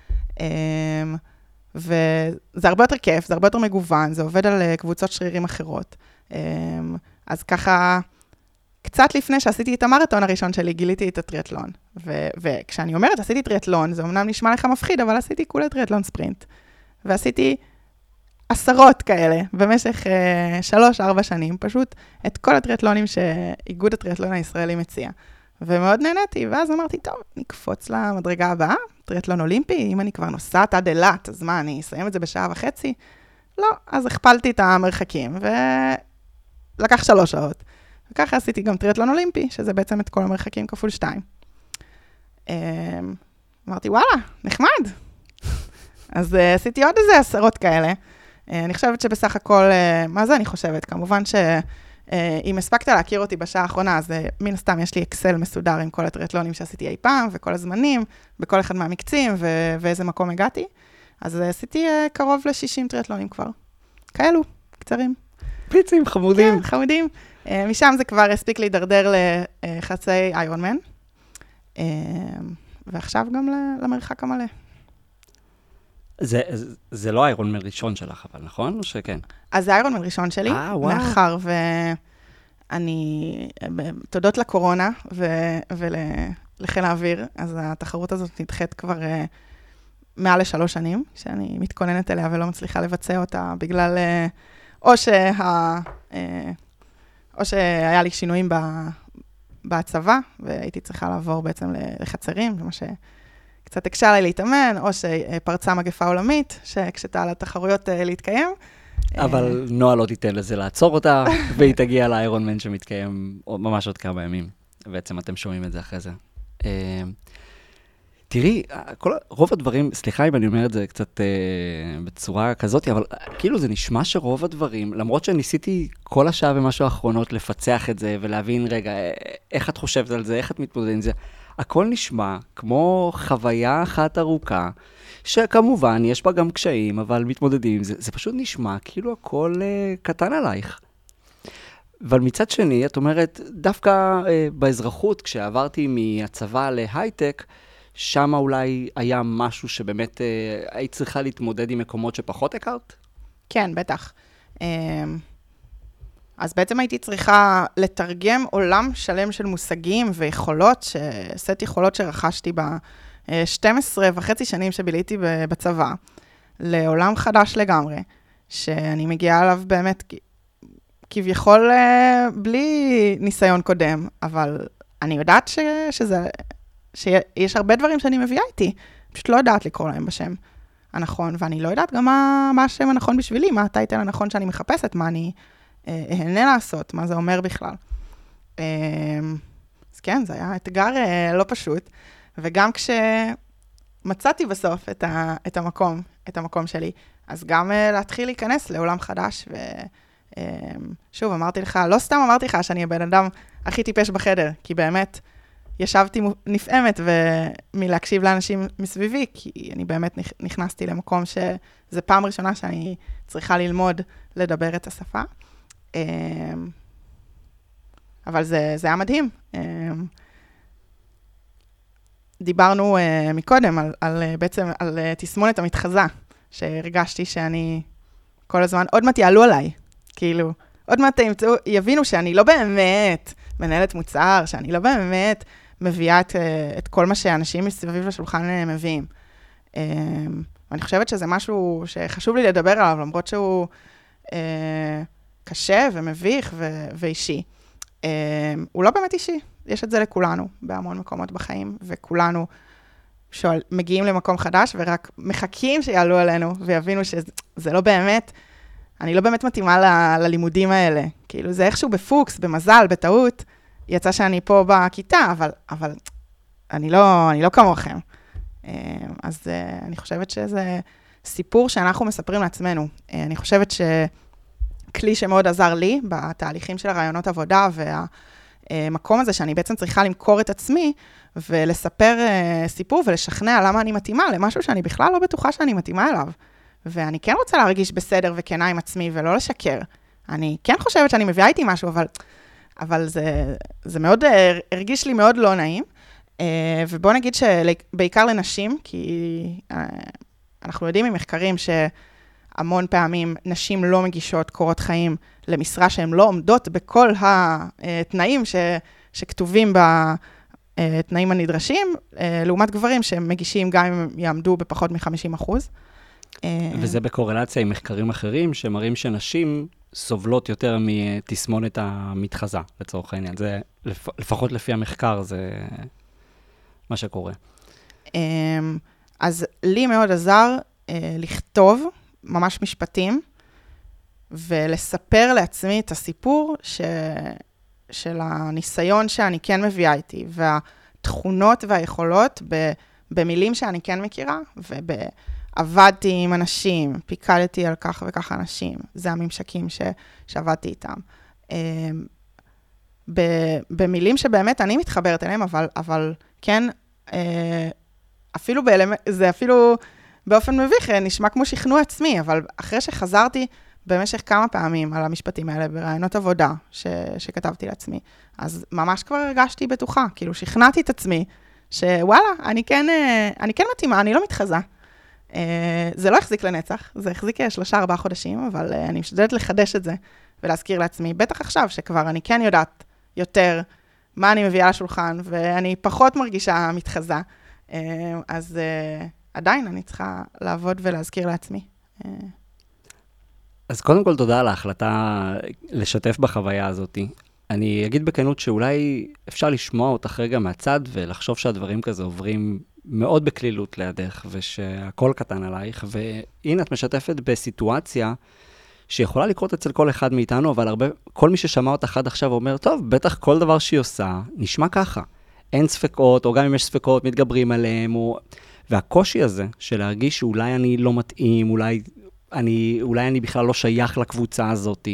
A: וזה הרבה יותר כיף, זה הרבה יותר מגוון, זה עובד על קבוצות שרירים אחרות. אז ככה, קצת לפני שעשיתי את המרתון הראשון שלי, גיליתי את הטריאטלון. וכשאני אומרת, עשיתי טריאטלון, זה אמנם נשמע לך מפחיד, אבל עשיתי כולה טריאטלון ספרינט. ועשיתי עשרות כאלה, במשך 3-4 שנים, פשוט את כל הטריאטלונים שאיגוד הטריאטלון הישראלי מציע. ומאוד נהניתי, ואז אמרתי, טוב, נקפוץ למדרגה הבאה, טריאטלון אולימפי, אם אני כבר נוסעת עד אילת, אז מה, אני אסיים את זה בשעה וחצי? לא, אז הכפלתי את המרחקים, ולקח 3 שעות. וככה עשיתי גם טריאטלון אולימפי, שזה בעצם את כל המרחקים כפול 2. אמרתי, וואלה, נחמד. אז עשיתי עוד איזה 10 כאלה. אני חושבת שבסך הכל, מה זה אני חושבת? כמובן שאם הספקת להכיר אותי בשעה האחרונה, אז מן הסתם יש לי אקסל מסודר עם כל הטריאטלונים שעשיתי אי פעם, וכל הזמנים, בכל אחד מהמקצים, ואיזה מקום הגעתי. אז עשיתי קרוב ל-60 טריאטלונים כבר. כאלו, קצרים.
B: פיצים, חמודים.
A: כן, חמודים. משם זה כבר הספיק להידרדר לחצי איירונמן, ועכשיו גם למרחק המלא.
B: זה לא איירונמן ראשון שלך, אבל נכון? או שכן?
A: אז זה איירונמן ראשון שלי, מאחר ואני, תודות לקורונה ולחיל האוויר, אז התחרות הזאת נדחית כבר מעל ל3 שנים, שאני מתכוננת אליה ולא מצליחה לבצע אותה בגלל, או שהיה לי שינויים בצבא, והייתי צריכה לעבור בעצם לחצרים, זה מה שקצת הקשה עליי להתאמן, או שפרצה מגפה עולמית, שכשתעלה התחרויות להתקיים.
B: אבל נועה לא תיתן לזה לעצור אותה, והיא תגיע לאיירונמן שמתקיים ממש עוד כמה ימים. בעצם אתם שומעים את זה אחרי זה. תראי, רוב הדברים, סליחה אם אני אומר את זה קצת בצורה כזאת, אבל כאילו זה נשמע שרוב הדברים, למרות שניסיתי כל השעה ומשהו האחרונות לפצח את זה, ולהבין, רגע, איך את חושבת על זה, איך את מתמודדת עם זה, הכל נשמע כמו חוויה אחת ארוכה, שכמובן יש בה גם קשיים, אבל מתמודדים עם זה. זה פשוט נשמע כאילו הכל קטן עלייך. אבל מצד שני, את אומרת, דווקא באזרחות, כשעברתי מהצבא להייטק, שם אולי היה משהו שבאמת היית צריכה להתמודד עם מקומות שפחות הכרת?
A: כן, בטח. אז בעצם הייתי צריכה לתרגם עולם שלם של מושגים ויכולות, סט יכולות שרכשתי ב-12.5 שנים שביליתי בצבא, לעולם חדש לגמרי, שאני מגיעה אליו באמת כביכול בלי ניסיון קודם, אבל אני יודעת שיש הרבה דברים שאני מביאה איתי, פשוט לא יודעת לקרוא להם בשם הנכון, ואני לא יודעת גם מה השם הנכון בשבילי, מה הטייטל הנכון שאני מחפשת, מה אני אהנה לעשות, מה זה אומר בכלל. אז כן, זה היה אתגר לא פשוט, וגם כשמצאתי בסוף את המקום שלי, אז גם להתחיל להיכנס לעולם חדש, ושוב, אמרתי לך, לא סתם אמרתי לך שאני הבן אדם הכי טיפש בחדר, כי באמת ישבתי נפעמת מלהקשיב לאנשים מסביבי, כי אני באמת נכנסתי למקום שזה פעם ראשונה שאני צריכה ללמוד לדבר את השפה. אבל זה היה מדהים. דיברנו מקודם בעצם על תסמונת המתחזה, שהרגשתי שאני כל הזמן, עוד מעט יעלו עליי, כאילו, עוד מעט יבינו שאני לא באמת מנהלת מוצר, שאני לא באמת מביאה את כל מה שאנשים מסביב לשולחן מביאים. ואני חושבת שזה משהו שחשוב לי לדבר עליו, למרות שהוא קשה ומביך ואישי. הוא לא באמת אישי, יש את זה לכולנו בהמון מקומות בחיים, וכולנו מגיעים למקום חדש ורק מחכים שיעלו עלינו ויבינו שזה לא באמת, אני לא באמת מתאימה ללימודים האלה. כאילו זה איכשהו בפוקס, במזל, בטעות, יצא שאני פה בכיתה, אבל אני לא כמוכם. אז אני חושבת שזה סיפור שאנחנו מספרים לעצמנו. אני חושבת שכלי שמאוד עזר לי בתהליכים של הרעיונות עבודה, והמקום הזה שאני בעצם צריכה למכור את עצמי, ולספר סיפור ולשכנע למה אני מתאימה למשהו שאני בכלל לא בטוחה שאני מתאימה אליו. ואני כן רוצה להרגיש בסדר וכנה עם עצמי ולא לשקר. אני כן חושבת שאני מביאה איתי משהו, אבל זה מאוד, הרגיש לי מאוד לא נעים. ובוא נגיד שבעיקר לנשים, כי אנחנו יודעים ממחקרים שהמון פעמים נשים לא מגישות קורות חיים למשרה שהן לא עומדות בכל התנאים שכתובים בתנאים הנדרשים, לעומת גברים שהם מגישים גם אם יעמדו בפחות מ-50%.
B: וזה בקורלציה עם מחקרים אחרים, שמראים שנשים סובלות יותר מתסמונת המתחזה, לצורך העניין. זה, לפחות לפי המחקר, זה מה שקורה. אז לי מאוד עזר לכתוב ממש משפטים, ולספר לעצמי את הסיפור של הניסיון שאני כן מביאה איתי, והתכונות והיכולות במילים שאני כן מכירה, עבדתי עם אנשים, פיקדתי על כך וכך אנשים, זה הממשקים שעבדתי איתם. במילים שבאמת אני מתחברת אליהם, אבל כן, אפילו זה אפילו
A: באופן מביך, נשמע כמו שכנוע עצמי, אבל אחרי שחזרתי במשך כמה פעמים על המשפטים האלה, ברעיונות עבודה שכתבתי לעצמי, אז ממש כבר הרגשתי בטוחה, כאילו שכנעתי את עצמי, שוואלה, אני כן מתאימה, אני לא מתחזה. זה לא החזיק לנצח, זה החזיק 3-4 חודשים, אבל אני משתדלת לחדש את זה, ולהזכיר לעצמי, בטח עכשיו שכבר אני כן יודעת יותר מה אני מביאה לשולחן, ואני פחות מרגישה מתחזה, אז עדיין אני צריכה לעבוד ולהזכיר לעצמי.
B: אז קודם כל תודה על ההחלטה לשתף בחוויה הזאת. אני אגיד בכנות שאולי אפשר לשמוע אותך רגע מהצד, ולחשוב שהדברים כזה עוברים מאוד בקלילות לידך, ושהכל קטן עלייך, והנה את משתפת בסיטואציה שיכולה לקרות אצל כל אחד מאיתנו, אבל כל מי ששמע אותך עד עכשיו אומר, טוב, בטח כל דבר שהיא עושה נשמע ככה. אין ספקות, או גם אם יש ספקות, מתגברים עליהם, והקושי הזה של להרגיש שאולי אני לא מתאים, אולי אני בכלל לא שייך לקבוצה הזאת,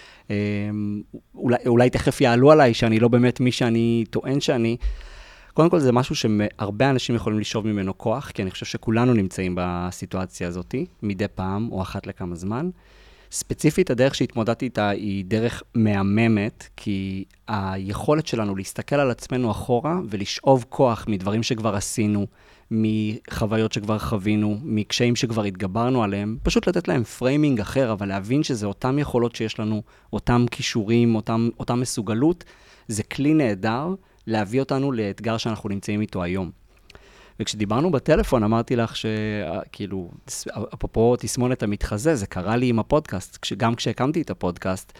B: אולי תכף יעלו עליי שאני לא באמת מי שאני טוען שאני, קודם כל זה משהו שהרבה אנשים יכולים לשאוב ממנו כוח, כי אני חושב שכולנו נמצאים בסיטואציה הזאת, מדי פעם או אחת לכמה זמן. ספציפית, הדרך שהתמודדתי איתה היא דרך מהממת, כי היכולת שלנו להסתכל על עצמנו אחורה ולשאוב כוח מדברים שכבר עשינו, מחוויות שכבר חווינו, מקשיים שכבר התגברנו עליהם, פשוט לתת להם פריימינג אחר, אבל להבין שזה אותם יכולות שיש לנו, אותם כישורים, אותם מסוגלות, זה כלי נהדר להביא אותנו לאתגר שאנחנו נמצאים איתו היום. וכשדיברנו בטלפון, אמרתי לך שכאילו, אפרופו תסמונת המתחזה, זה קרה לי עם הפודקאסט. גם כשהקמתי את הפודקאסט,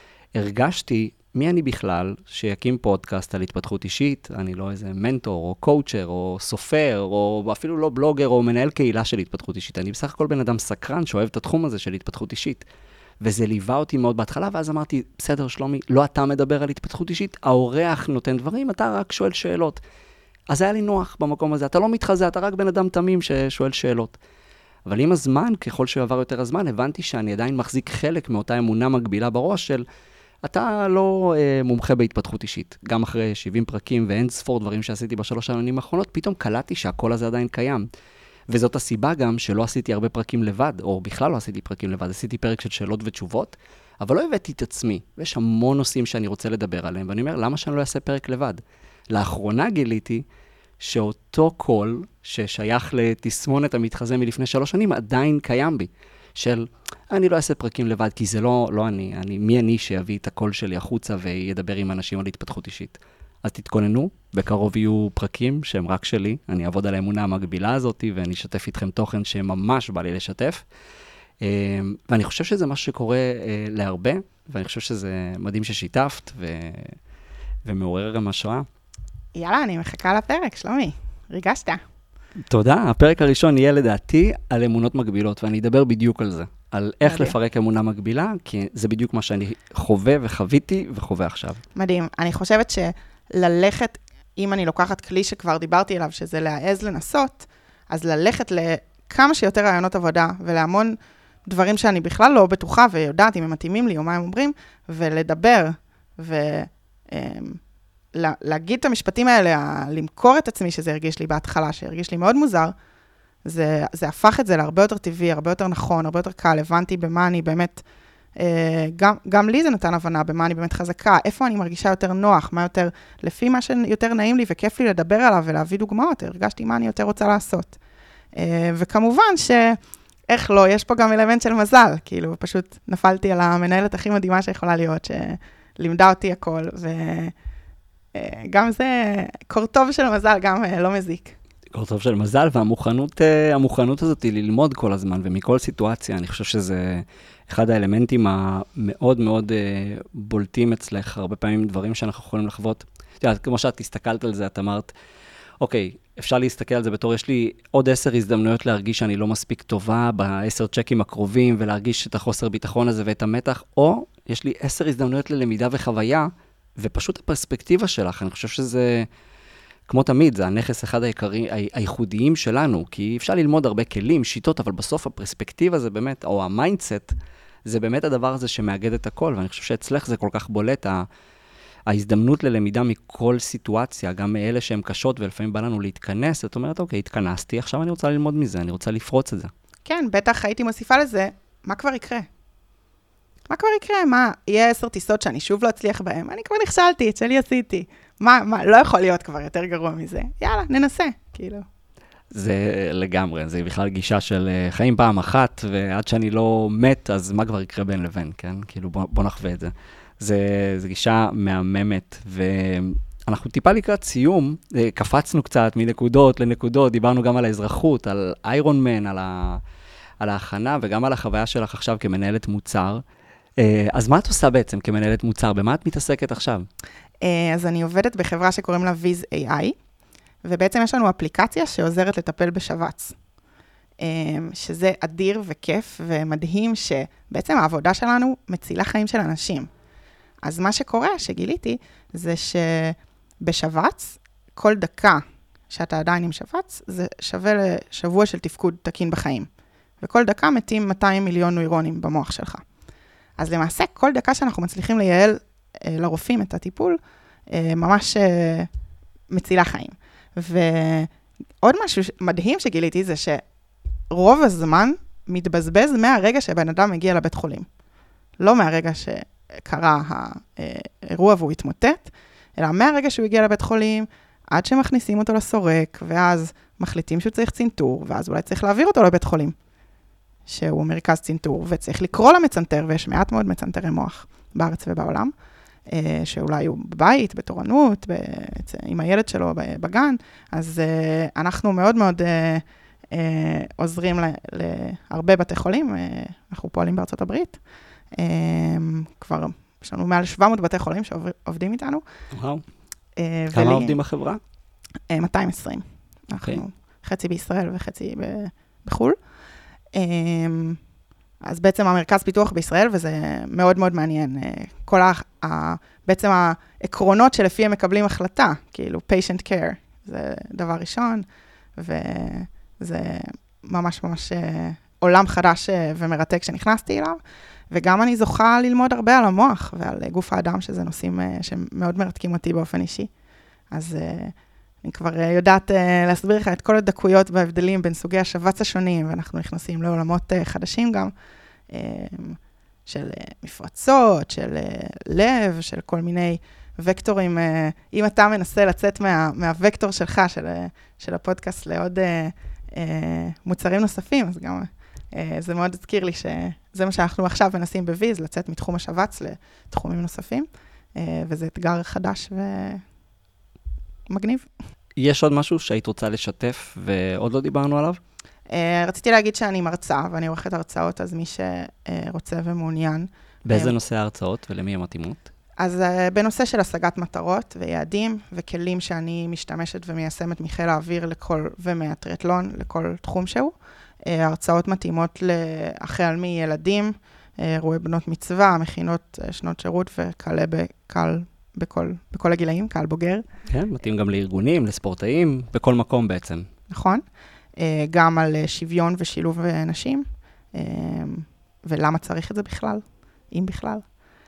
B: הרגשתי מי אני בכלל שיקים פודקאסט על התפתחות אישית, אני לא איזה מנטור או קואוצ'ר או סופר, או אפילו לא בלוגר או מנהל קהילה של התפתחות אישית. אני בסך הכל בן אדם סקרן שאוהב את התחום הזה של התפתחות אישית. וזה ליווה אותי מאוד בהתחלה, ואז אמרתי, בסדר שלומי, לא אתה מדבר על התפתחות אישית, האורח נותן דברים, אתה רק שואל שאלות. אז היה לי נוח במקום הזה, אתה לא מתחזה, אתה רק בן אדם תמים ששואל שאלות. אבל עם הזמן, ככל שעבר יותר הזמן, הבנתי שאני עדיין מחזיק חלק מאותה אמונה מגבילה בראש של, אתה לא מומחה בהתפתחות אישית. גם אחרי 70 פרקים ואין ספור דברים שעשיתי ב3 שנים האחרונות, פתאום קלטתי שהכל הזה עדיין קיים. וזאת הסיבה גם שלא עשיתי הרבה פרקים לבד, או בכלל לא עשיתי פרקים לבד, עשיתי פרק של שאלות ותשובות, אבל לא הבאתי את עצמי. ויש המון נושאים שאני רוצה לדבר עליהם, ואני אומר, למה שאני לא אעשה פרק לבד? לאחרונה גיליתי שאותו קול ששייך לתסמונת המתחזה מלפני 3 שנים עדיין קיים בי. של, אני לא אעשה פרקים לבד, כי זה לא אני, מי אני שיביא את הקול שלי החוצה וידבר עם אנשים על התפתחות אישית. אז תתכוננו, בקרוב יהיו פרקים שהם רק שלי, אני אעבוד על האמונה המקבילה הזאת, ואני אשתף איתכם תוכן שממש בא לי לשתף. ואני חושב שזה משהו שקורה להרבה, ואני חושב שזה מדהים ששיתפת, ומעורר גם השראה.
A: יאללה, אני מחכה לפרק, שלומי. ריגשת.
B: תודה. הפרק הראשון יהיה לדעתי על אמונות מגבילות, ואני אדבר בדיוק על זה. על איך לפרק אמונה מגבילה, כי זה בדיוק מה שאני חווה וחוויתי וחווה עכשיו.
A: מדהים. אני חושבת שללכת, אם אני לוקחת כלי שכבר דיברתי עליו, שזה להעז לנסות, אז ללכת לכמה שיותר רעיונות עבודה, ולהמון דברים שאני בכלל לא בטוחה ויודעת אם הם מתאימים לי או מה הם אומרים, ולדבר להגיד את המשפטים האלה, למכור את עצמי, שזה הרגיש לי בהתחלה, שהרגיש לי מאוד מוזר, זה הפך את זה להרבה יותר טבעי, הרבה יותר נכון, הרבה יותר קל, הבנתי במה אני באמת, גם לי זה נתן הבנה במה אני באמת חזקה, איפה אני מרגישה יותר נוח, מה יותר, לפי מה שיותר נעים לי וכיף לי לדבר עליו ולהביא דוגמאות, הרגשתי מה אני יותר רוצה לעשות. וכמובן איך לא, יש פה גם אלמנט של מזל, כאילו פשוט נפלתי על המנהלת הכי מדהימה שיכולה להיות, שלימדה אותי הכל, גם זה קור טוב של מזל, גם לא מזיק.
B: קור טוב של מזל, והמוכנות הזאת היא ללמוד כל הזמן, ומכל סיטואציה, אני חושב שזה אחד האלמנטים המאוד מאוד בולטים אצלך, הרבה פעמים דברים שאנחנו יכולים לחוות. כמו שאת הסתכלת על זה, את אמרת, אוקיי, אפשר להסתכל על זה בתור, יש לי עוד 10 הזדמנויות להרגיש שאני לא מספיק טובה ב10 צ'קים הקרובים, ולהרגיש את החוסר ביטחון הזה ואת המתח, או יש לי 10 הזדמנויות ללמידה וחוויה, ופשוט הפרספקטיבה שלך, אני חושב שזה, כמו תמיד, זה הנכס אחד הייחודיים שלנו, כי אפשר ללמוד הרבה כלים, שיטות, אבל בסוף הפרספקטיבה זה באמת, או המיינדסט, זה באמת הדבר הזה שמאגד את הכל, ואני חושב שאצלך זה כל כך בולט, ההזדמנות ללמידה מכל סיטואציה, גם מאלה שהן קשות ולפעמים בא לנו להתכנס, זאת אומרת, אוקיי, התכנסתי, עכשיו אני רוצה ללמוד מזה, אני רוצה לפרוץ את זה.
A: כן, בטח הייתי מוסיפה לזה, מה כבר יקרה? מה כבר יקרה? מה, יהיה 10 טיסות שאני שוב לא אצליח בהן? אני כבר נכשלתי, את שלי עשיתי. מה, לא יכול להיות כבר יותר גרוע מזה. יאללה, ננסה, כאילו.
B: זה לגמרי, זה בכלל גישה של חיים פעם אחת, ועד שאני לא מת, אז מה כבר יקרה בין לבין, כן? כאילו, בוא נחווה את זה. זה גישה מהממת, ואנחנו טיפה לקראת סיום, קפצנו קצת מנקודות לנקודות, דיברנו גם על האזרחות, על איירון מן, על ההכנה, וגם על החוויה שלך עכשיו כמנהלת מוצר. אז מה את עושה בעצם כמנהלת מוצר? במה את מתעסקת עכשיו?
A: אז אני עובדת בחברה שקוראים לה Viz AI, ובעצם יש לנו אפליקציה שעוזרת לטפל בשבץ, שזה אדיר וכיף ומדהים שבעצם העבודה שלנו מצילה חיים של אנשים. אז מה שקורה, שגיליתי, זה שבשבץ, כל דקה שאתה עדיין עם שבץ, זה שווה לשבוע של תפקוד תקין בחיים. וכל דקה מתים 200 מיליון נוירונים במוח שלך. אז למעשה, כל דקה שאנחנו מצליחים לייעל לרופאים את הטיפול, ממש מצילה חיים. ועוד משהו מדהים שגיליתי זה שרוב הזמן מתבזבז מהרגע שבן אדם מגיע לבית חולים. לא מהרגע שקרה האירוע והוא התמוטט, אלא מהרגע שהוא הגיע לבית חולים, עד שמכניסים אותו לסורק, ואז מחליטים שהוא צריך צנתור, ואז אולי צריך להעביר אותו לבית חולים, שהוא מרכז צנתור, וצריך לקרוא למצנתר, ויש מעט מאוד מצנתרי מוח בארץ ובעולם, שאולי הוא בבית, בתורנות, עם הילד שלו בגן, אז אנחנו מאוד מאוד עוזרים להרבה בתי חולים, אנחנו פועלים בארצות הברית, כבר יש לנו מעל 700 בתי חולים שעובדים איתנו.
B: וואו. כמה עובדים בחברה?
A: 220. אנחנו חצי בישראל וחצי בחול. אז בעצם המרכז פיתוח בישראל, וזה מאוד מאוד מעניין. כל בעצם העקרונות שלפי הם מקבלים החלטה, כאילו patient care, זה דבר ראשון, וזה ממש ממש עולם חדש ומרתק שנכנסתי אליו, וגם אני זוכה ללמוד הרבה על המוח ועל גוף האדם, שזה נושאים שמאוד מרתקים אותי באופן אישי. אז אני כבר יודעת להסביר לך את כל הדקויות וההבדלים בין סוגי השבץ השונים, ואנחנו נכנסים לעולמות חדשים גם, של מפרצות, של לב, של כל מיני וקטורים. אם אתה מנסה לצאת מהווקטור שלך, של הפודקאסט לעוד מוצרים נוספים, אז גם זה מאוד הזכיר לי שזה מה שאנחנו עכשיו מנסים בוויז, לצאת מתחום השבץ לתחומים נוספים, וזה אתגר חדש ומגניב.
B: יש עוד משהו שהיית רוצה לשתף ועוד לא דיברנו עליו?
A: רציתי להגיד שאני מרצה, ואני עורכת הרצאות, אז מי שרוצה ומעוניין.
B: באיזה נושא ההרצאות ולמי הן מתאימות?
A: אז בנושא של השגת מטרות ויעדים וכלים שאני משתמשת ומיישמת מחיל האוויר ומהטריאטלון לכל תחום שהוא. הרצאות מתאימות לאחרי עלמי ילדים, אירועי בנות מצווה, מכינות שנות שירות וקהל בכל הגילאים, קהל בוגר. כן,
B: מתאים גם לארגונים, לספורטאים, בכל מקום בעצם.
A: נכון. גם על שוויון ושילוב נשים, ולמה צריך את זה בכלל, אם בכלל.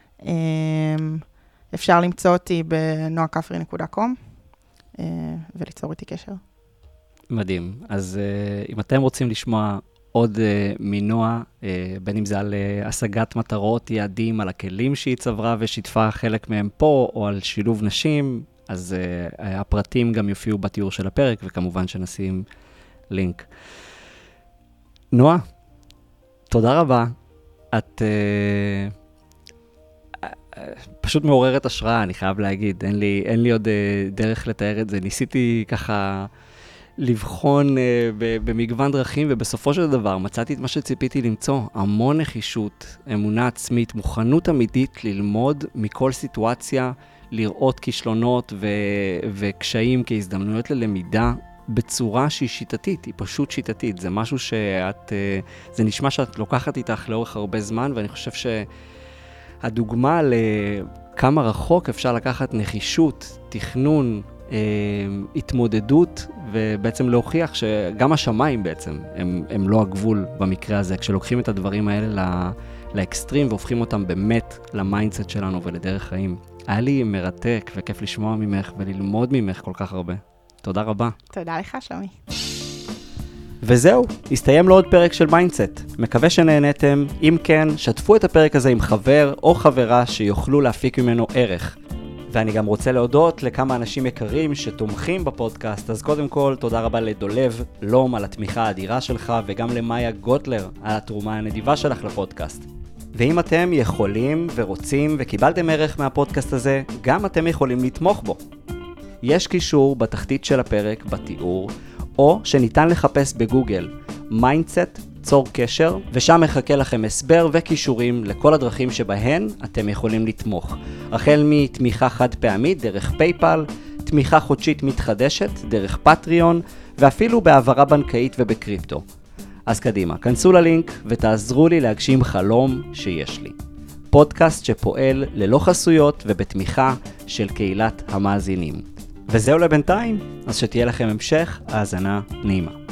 A: אפשר למצוא אותי בnoakafri.com וליצור איתי קשר.
B: מדהים. אז אם אתם רוצים לשמוע עוד מנועה, בין אם זה על השגת מטרות, יעדים, על הכלים שהיא צברה ושיתפה חלק מהם פה, או על שילוב נשים, אז הפרטים גם יופיעו בתיאור של הפרק, וכמובן שנשים לינק. נועה, תודה רבה. את פשוט מעוררת השראה, אני חייב להגיד. אין לי עוד דרך לתאר את זה. ניסיתי ככה לבחון במגוון דרכים, ובסופו של דבר מצאתי את מה שציפיתי למצוא. המון נחישות, אמונה עצמית, מוכנות אמיתית ללמוד מכל סיטואציה, לראות כישלונות וקשיים כהזדמנויות ללמידה, בצורה שהיא שיטתית, היא פשוט שיטתית. זה משהו זה נשמע שאת לוקחת איתך לאורך הרבה זמן, ואני חושב שהדוגמה לכמה רחוק אפשר לקחת נחישות, תכנון, התמודדות, ובעצם להוכיח שגם השמיים בעצם הם לא הגבול במקרה הזה. כשלוקחים את הדברים האלה לאקסטרים והופכים אותם באמת למיינדסט שלנו ולדרך חיים. היה לי מרתק וכיף לשמוע ממך וללמוד ממך כל כך הרבה. תודה רבה.
A: תודה לך, שלומי.
B: וזהו, הסתיים לו עוד פרק של מיינדסט. מקווה שנהנתם. אם כן, שתפו את הפרק הזה עם חבר או חברה שיוכלו להפיק ממנו ערך. ואני גם רוצה להודות לכמה אנשים יקרים שתומכים בפודקאסט. אז קודם כל, תודה רבה לדולב לום על התמיכה האדירה שלך, וגם למאיה גוטלר על התרומה הנדיבה שלך לפודקאסט. ואם אתם יכולים ורוצים וקיבלתם ערך מהפודקאסט הזה, גם אתם יכולים לתמוך בו. יש קישור בתחתית של הפרק בתיאור, או שניתן לחפש בגוגל מיינדסט צור קשר, ושם מחכה לכם הסבר וקישורים לכל הדרכים שבהן אתם יכולים לתמוך. החל מתמיכה חד פעמית דרך פייפל, תמיכה חודשית מתחדשת דרך פטריון, ואפילו בהעברה בנקאית ובקריפטו. אז קדימה, כנסו ללינק ותעזרו לי להגשים חלום שיש לי. פודקאסט שפועל ללא חסויות ובתמיכה של קהילת המאזינים. וזהו לבינתיים, אז שתהיה לכם המשך האזנה נעימה.